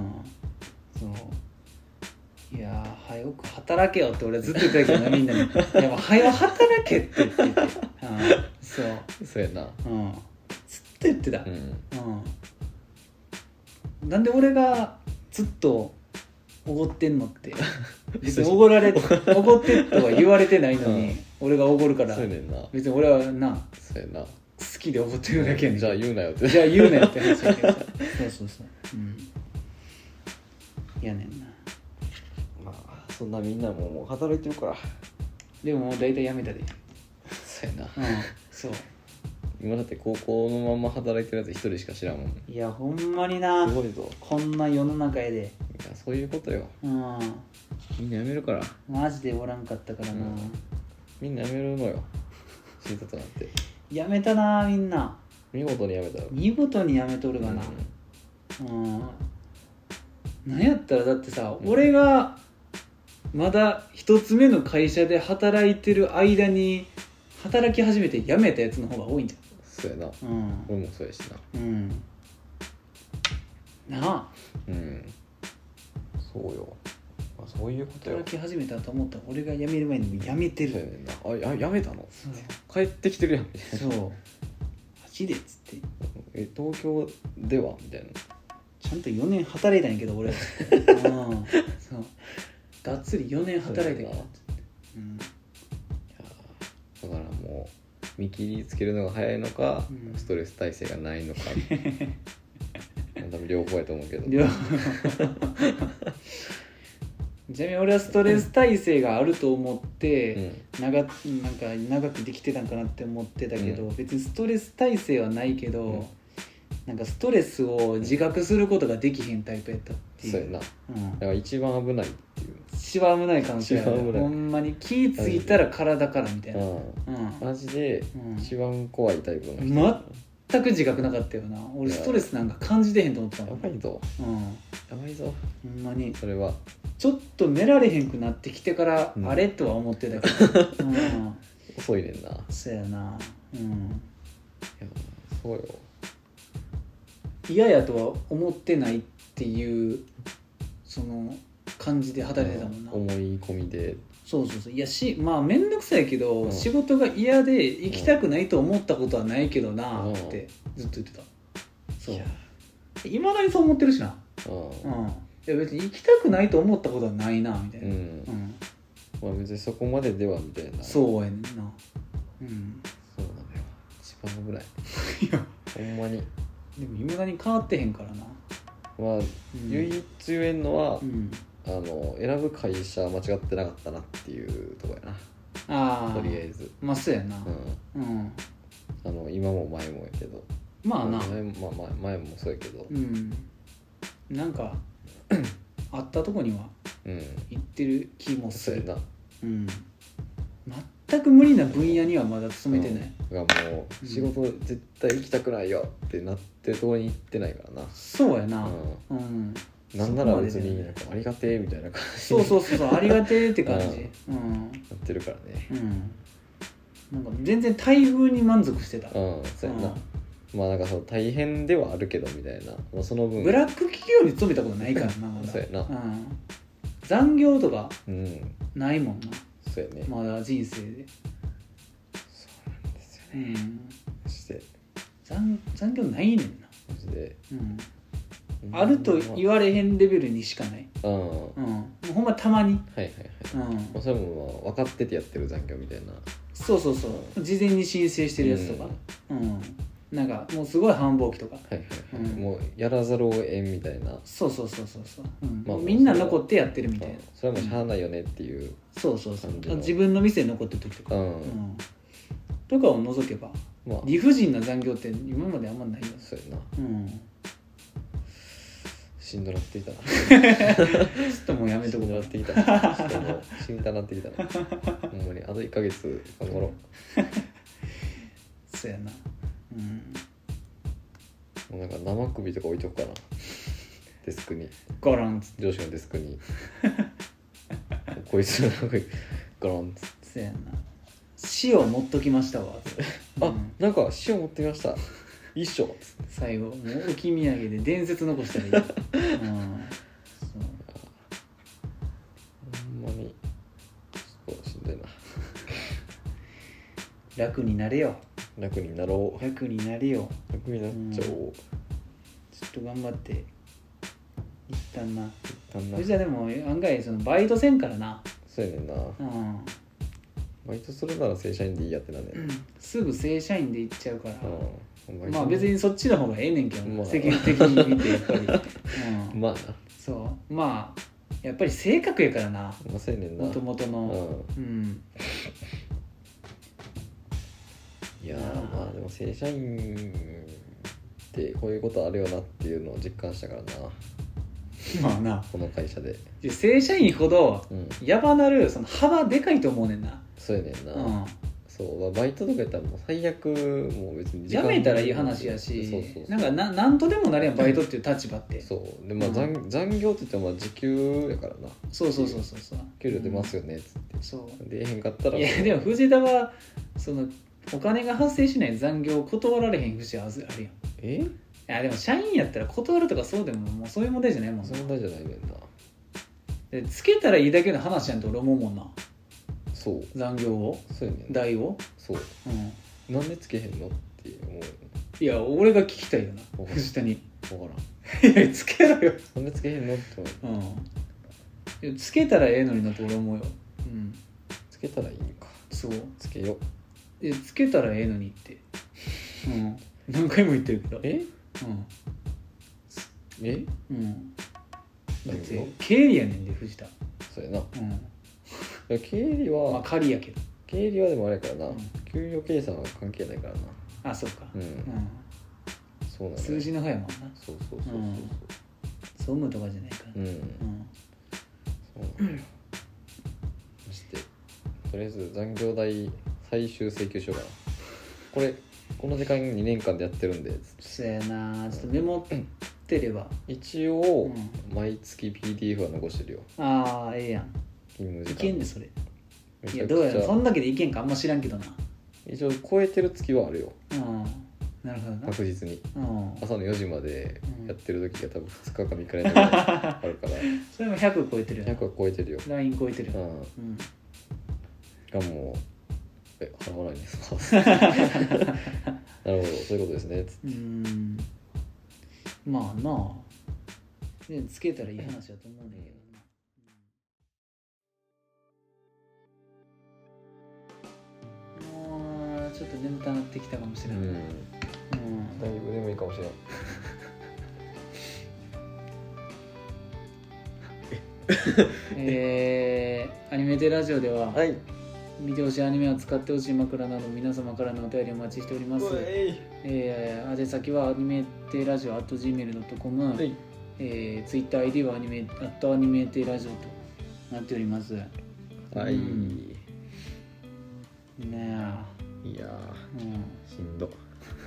そういやー早く働けよって俺はずっと言ってたけどなみんなにいやもう早く働けって言ってて、うん、そうそうやな、 うん、ずっと言ってた、うんうん、なんで俺がずっとおごってんのって別におごられおごってとは言われてないのに、うん、俺がおごるからそうやねんな、 別に俺はなそうやな好きでおごってるだけやねん、 じゃあ言うなよってじゃあ言うなよって話だけどさそうそうそう、うん、やねんな。 まあそんなみんなももう働いてるから、 でももう大体辞めたでそうやな、 うん、そう今だって高校のまま働いてるやつ一人しか知らんもん。 いやほんまにな、 すごいぞこんな世の中やで。いやそういうことよ、 うん、 みんな辞めるから、 マジでおらんかったからな、うん、 みんな辞めるのよ死んだとなって。 辞めたなみんな、 見事に辞めたよ、 見事に辞めとるがな、うん、うん、なんやったらだってさ、うん、俺がまだ一つ目の会社で働いてる間に働き始めて辞めたやつの方が多いんじゃん。 そうやな、うん、俺もそうやしな、うん、 なあ、 うん、そうよ、まあ、そういうことよ。 働き始めたと思ったら俺が辞める前に辞めてる。 そうやねんな、あや辞めたの、帰ってきてるやんみたいな。 そうマジでっつってえ東京ではみたいな、 ちゃんとよねん働いたんやけど俺、うん、そうがっつりよねん働いてから、うん、いやだからもう見切りつけるのが早いのか、うん、ストレス耐性がないのか多分両方やと思うけど両方ちなみに俺はストレス耐性があると思って、うん、長, なんか長くできてたんかなって思ってたけど、うん、別にストレス耐性はないけど、うん、なんかストレスを自覚することができへんタイプやったっていう。そうやな、うん、だから一番危ないっていう、一番危ないかもしれない。ほんまに気ついたら体からみたいな、うん、マジで一番怖いタイプの人、全く自覚なかったよな。俺ストレスなんか感じてへんと思ってたもん。やばいぞ、うん、やばいぞほんまに。それはちょっと寝られへんくなってきてから、うん、あれとは思ってたけど、うん、遅いねんな。そうやな、うん、いやそうよ、嫌やとは思ってないっていうその感じで働いてたもんな、うん、思い込みで。そうそうそう、いやしまあ面倒くさいけど、うん、仕事が嫌で行きたくないと思ったことはないけどなってずっと言ってた。そういまだにそう思ってるしな、うん、うん、いや別に行きたくないと思ったことはないなみたいな、うんうん、まあ別にそこまでではみたいな。そうやねんな、うん、そうなのよ、一番危ないいやほんまに。でもいまだに変わってへんからな。 まあ、うん、唯一言えんのは、うん、あの選ぶ会社間違ってなかったなっていうとこやな。あとりあえずまあそうやな、 うんうん、あの今も前もやけどまあな前も、まあ、前もそうやけど、 うん、なんかあったとこには行ってる気もする、うん、そうやな、うん、全く無理な分野にはまだ勤めてない、 うん、がもう仕事絶対行きたくないよってなってるところに行ってないからな。 そうやな、 うん、うん、なんなら別になんかありがてえみたいな感じ。 そうそうそうそうありがてえって感じ、うん、 なってるからね、 うん、なんか全然待遇に満足してた。 うんそうやな、うん、まあなんかそう大変ではあるけどみたいな、まあ、その分ブラック企業に勤めたことないからなまだそうやな、うん、 残業とかないもんな、 うん、そうやねまだ人生で。 そうなんですよね、うん、マジで残, 残業ないねんなマジで、 うんあると言われへんレベルにしかない、うん、うん、もうほんまたまに、 はいはいはい、うん、それも分かっててやってる残業みたいな。 そうそうそう、うん、事前に申請してるやつとか、うん、うん、なんかもうすごい繁忙期とか、 はいはいはい、うん、もうやらざるを得んみたいな。 そうそうそうそうそう、うん、まあ、みんな残ってやってるみたいな、 それはもうしゃあないよねっていう、うん、 そうそうそう自分の店に残ってる時とか、うんうん、とかを除けば、まあ、理不尽な残業って今まであんまないよ。 そうやな、うんしんどなってきたなちょっともうやめとこう。しんどなってきたな。ちょっともうしんどなってきたなほんまにあといっかげつ頑張ろうそうやな、うん、 もうなんか生首とか置いとくかなデスクにゴロンつって上司のデスクにこいつの生首ゴロンつってそうやな塩持っときましたわあ、うん、なんか塩持ってきました一緒最後もう置き土産で伝説残したらいい、うん、そうほんまにそうしんどいな楽になれよ楽になろう楽になれよ楽になっちゃおう、うん、ちょっと頑張って一旦な一旦なそれじゃでも案外そのバイトせんからなそうやねんな、うん、バイトするなら正社員でいいやってなんねん、うん、 すぐ正社員で行っちゃうから、うん、まあ別にそっちの方がええねんけど、まあ、世間的に見てやっぱり、うん、まあなそうまあやっぱり性格やからな、まあ、そうやねんな元々の、うん、うん、 いやまあでも正社員ってこういうことあるよなっていうのを実感したからなまあなこの会社で正社員ほどやばなるその幅でかいと思うねんな。 そうやねんな、うん、そうバイトとかやったらもう最悪もう別にやめたらいい話やし、そうそうそうなんかな何とでもなれやんバイトっていう立場ってそうでまあ 残,、うん、残業って言っても時給やからなそうそうそうそうそう給料出ますよねっつって、うん、そう出えへんかったらいやでも藤田はそのお金が発生しない残業を断られへん節はあるやん。 えいやでも社員やったら断るとかそうでももうそういう問題じゃないもんな。 そういう問題じゃないねんな。 でつけたらいいだけの話やんと俺思うもんな。 そう残業をそうやねん代をそう、うん、なんでつけへんのって思う。 いや俺が聞きたいよな藤田に。 分からんいやつけろよなんでつけへんのって思う、 うん、つけたらええのになって俺思うよ、うん、 つけたらいいんか。 そうつけよえつけたらええのにって、うん、何回も言ってるけどえうんえうんだって経理やねんで藤田。 そうやな、うん、経理はまあ仮やけど経理はでもあれやからな、うん、給与計算は関係ないからな。 あそうかうん、うん、 そうなんだ、ね、 数字の方やもんな。 そうそうそうそうそう、うん、 総務とかじゃないから、うん、うん、 そうなんだよそしてとりあえず残業代最終請求しようかな。これこの時間にねんかんでやってるんでそうやなちょっとメモってれば、 うん、一応、うん、毎月 ピーディーエフ は残してるよ。 ああええやん勤務時間いけんでそれ。いやどうやらそんだけでいけんかあんま知らんけどな。 一応超えてる月はあるよ。 うんなるほどな確実に、うん、朝のよじまでやってる時が多分ふつかかみっかぐらいあるからそれもひゃく超えてるよ。 ひゃくは超えてるよ。 ライン 超えてるよ、うんうん、がもうえ払わないんですかなるほどそういうことですねつって。うんまあなあでつけたらいい話だと思うんだけどな、うん、もうちょっと眠たなってきたかもしれない、うんうん、 だいぶ眠いかもしれないえー、アニメテラジオでは、 はい、 見てほしいアニメを使ってほしい枕など皆様からのお便りお待ちしております。えー、宛先はアニメテラジオ アットジーメールドットコム、はい、えー、ツイッター アイディー はアニメアットアニメテラジオとなっております。 はい、うん、 ねえ、 いやー、うん、しんど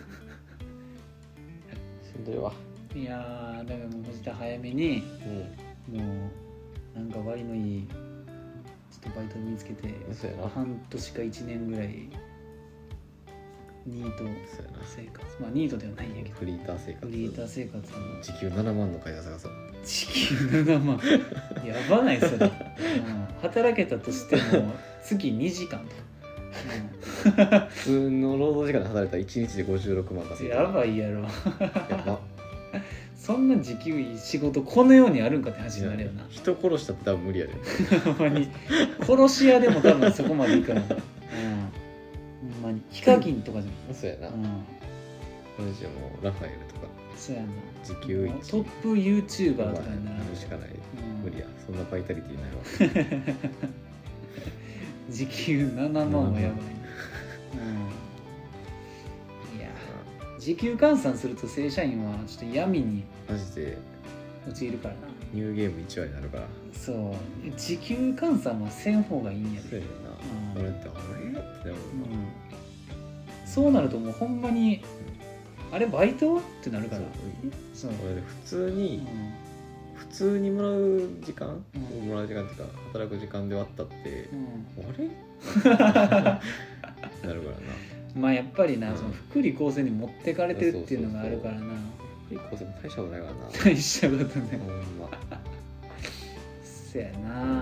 しんどいわ。 いやー、だからもう藤田早めに、うん、もうなんか割のいいちょっとバイト見つけて半年かいちねんぐらいニート生活、まあニートではないんやけどフリーター生活フリーター生活時給ななまんの会社探そう。 時給ななまんやばないそれ、うん、働けたとしても月にじかんとうん、普通の労働時間で働いたらいちにちでごじゅうろくまん稼いでやばいやろやばそんな時給いい仕事この世にあるんかって話になるよな。 人殺したって多分無理やでほんまに殺し屋でも多分そこまでいかない、うん、ほんまにヒカキンとかじゃないそうやな、うん、これじゃもうラファエルとかそうやな時給いちトップ YouTuber とかになるしかない、うん、無理やそんなバイタリティないわ時給ななまんはやばい、うん、いや時給換算すると正社員はちょっと闇にマジで陥るからな。 ニューゲームいちわになるから。 そう時給換算はせん方がいいんやで。 そうやな、うん、俺ってあれってなる、うん、 そうなるともうほんまに、うん、あれバイトってなるから。 そう俺で普通に、うん、普通にもらう時間、うん、もらう時間っていうか働く時間で割ったって、うん、あれなるからな。 まあやっぱりな、うん、その福利厚生に持ってかれてるっていうのがあるからな。 福利厚生も大したことないからな。 大したことない。ほんま。 そやな。うん。はい。ま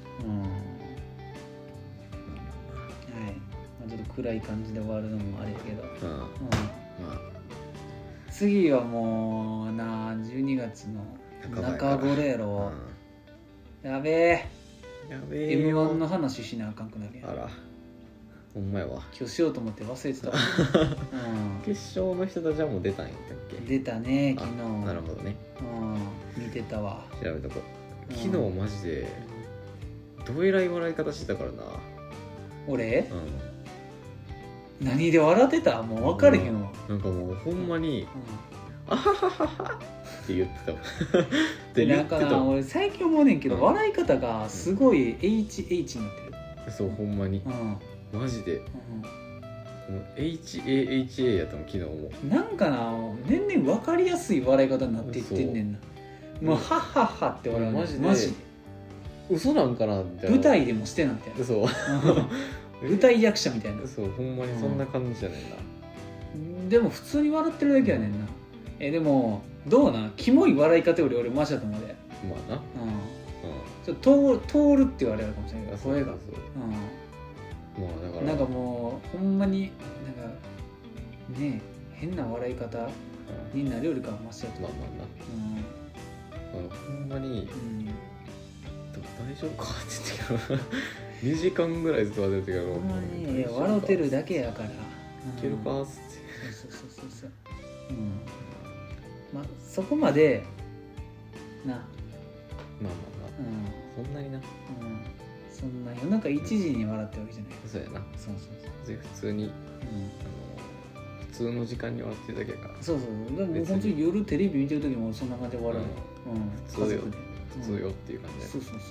あちょっと暗い感じで終わるのもあれやけど。うん。うん、まあ、次はもうなじゅうにがつの中頃やろ。うん、やべえ。 やべえ。 エムワン の話しなあかんくなるやん。 あら。ほんまやわ。 今日しようと思って忘れてたわ、 うん、決勝の人たちはもう出たんやったっけ。 出たね昨日。 なるほどね、 うん、見てたわ。 調べとこう。昨日マジでどえらい笑い方してたからな俺、うん、何で笑ってたもう分かれへんわ、 うん、なんかもうほんまに、うん、あははははって言ってたもんでなんかな俺最近思うねんけど、うん、笑い方がすごい エイチエイチ になってる。 そうほんまに、うんマジで、うん、エイチエーエイチエー やったもん昨日も。 なんかな年々分かりやすい笑い方になっていってんねんな。もうハッハッハって笑う、 マジでマジで嘘なんかなって舞台でもしてなみたいな。 そう舞台役者みたいな。 そうほんまにそんな感じじゃねんな、うん、でも普通に笑ってるだけやねんな、うん、えでもどうなキモい笑い方より俺マシだと思うで。 まあな、うんうん、 ちょっと通るって言われるかもしれないけど声がそうそうそう、うんもうだからなんかもうほんまになんかね変な笑い方になるよりかはマシだと思う。まあまあな、うん、あほんまに、うん、大丈夫かって言ってたからにじかんぐらいずっと忘れてたけどほんまに笑ってるだけやからいけるかっつって、 そうそうそうそう、うん、まあそこまでなまあまあまあ、うん、そんなにな、うんそんな夜中いちじに笑ってるわけじゃない。 そうやな。 そうそうそう。 普通に、うん、あの普通の時間に笑ってるだけか。 そうそう。だから本当に夜テレビ見てる時もそんな感じで笑う。 うん。うん、普通よ。普通よっていう感じで。 そうそうそう。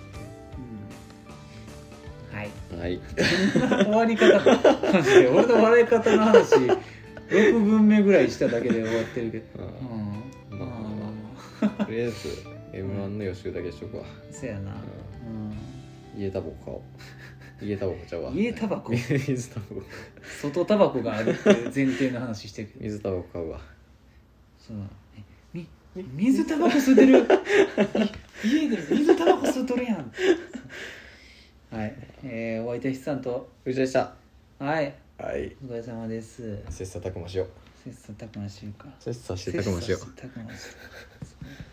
うん。はい。 はい。 終わり方マジで俺の笑い方の話ろくぶんめぐらいしただけで終わってるけど。 うん。まあまあまあ。とりあえず エムワン の予習だけしとくわ。 そやな。うん。 家タバコ買おう。家タバコちゃうわ。 家タバコ水タバコ。 外タバコがあるっていう前提の話してるけど。 水タバコ買うわ。 そう。み水タバコ吸ってる。家で水タバコ吸っとるやん。はい。えー、お相手筆さんと藤田でした。 はい。 はい。 お疲れ様です。 切磋琢磨しよう。 切磋琢磨しようか。 切磋して琢磨しよう。 切磋して琢磨しよう。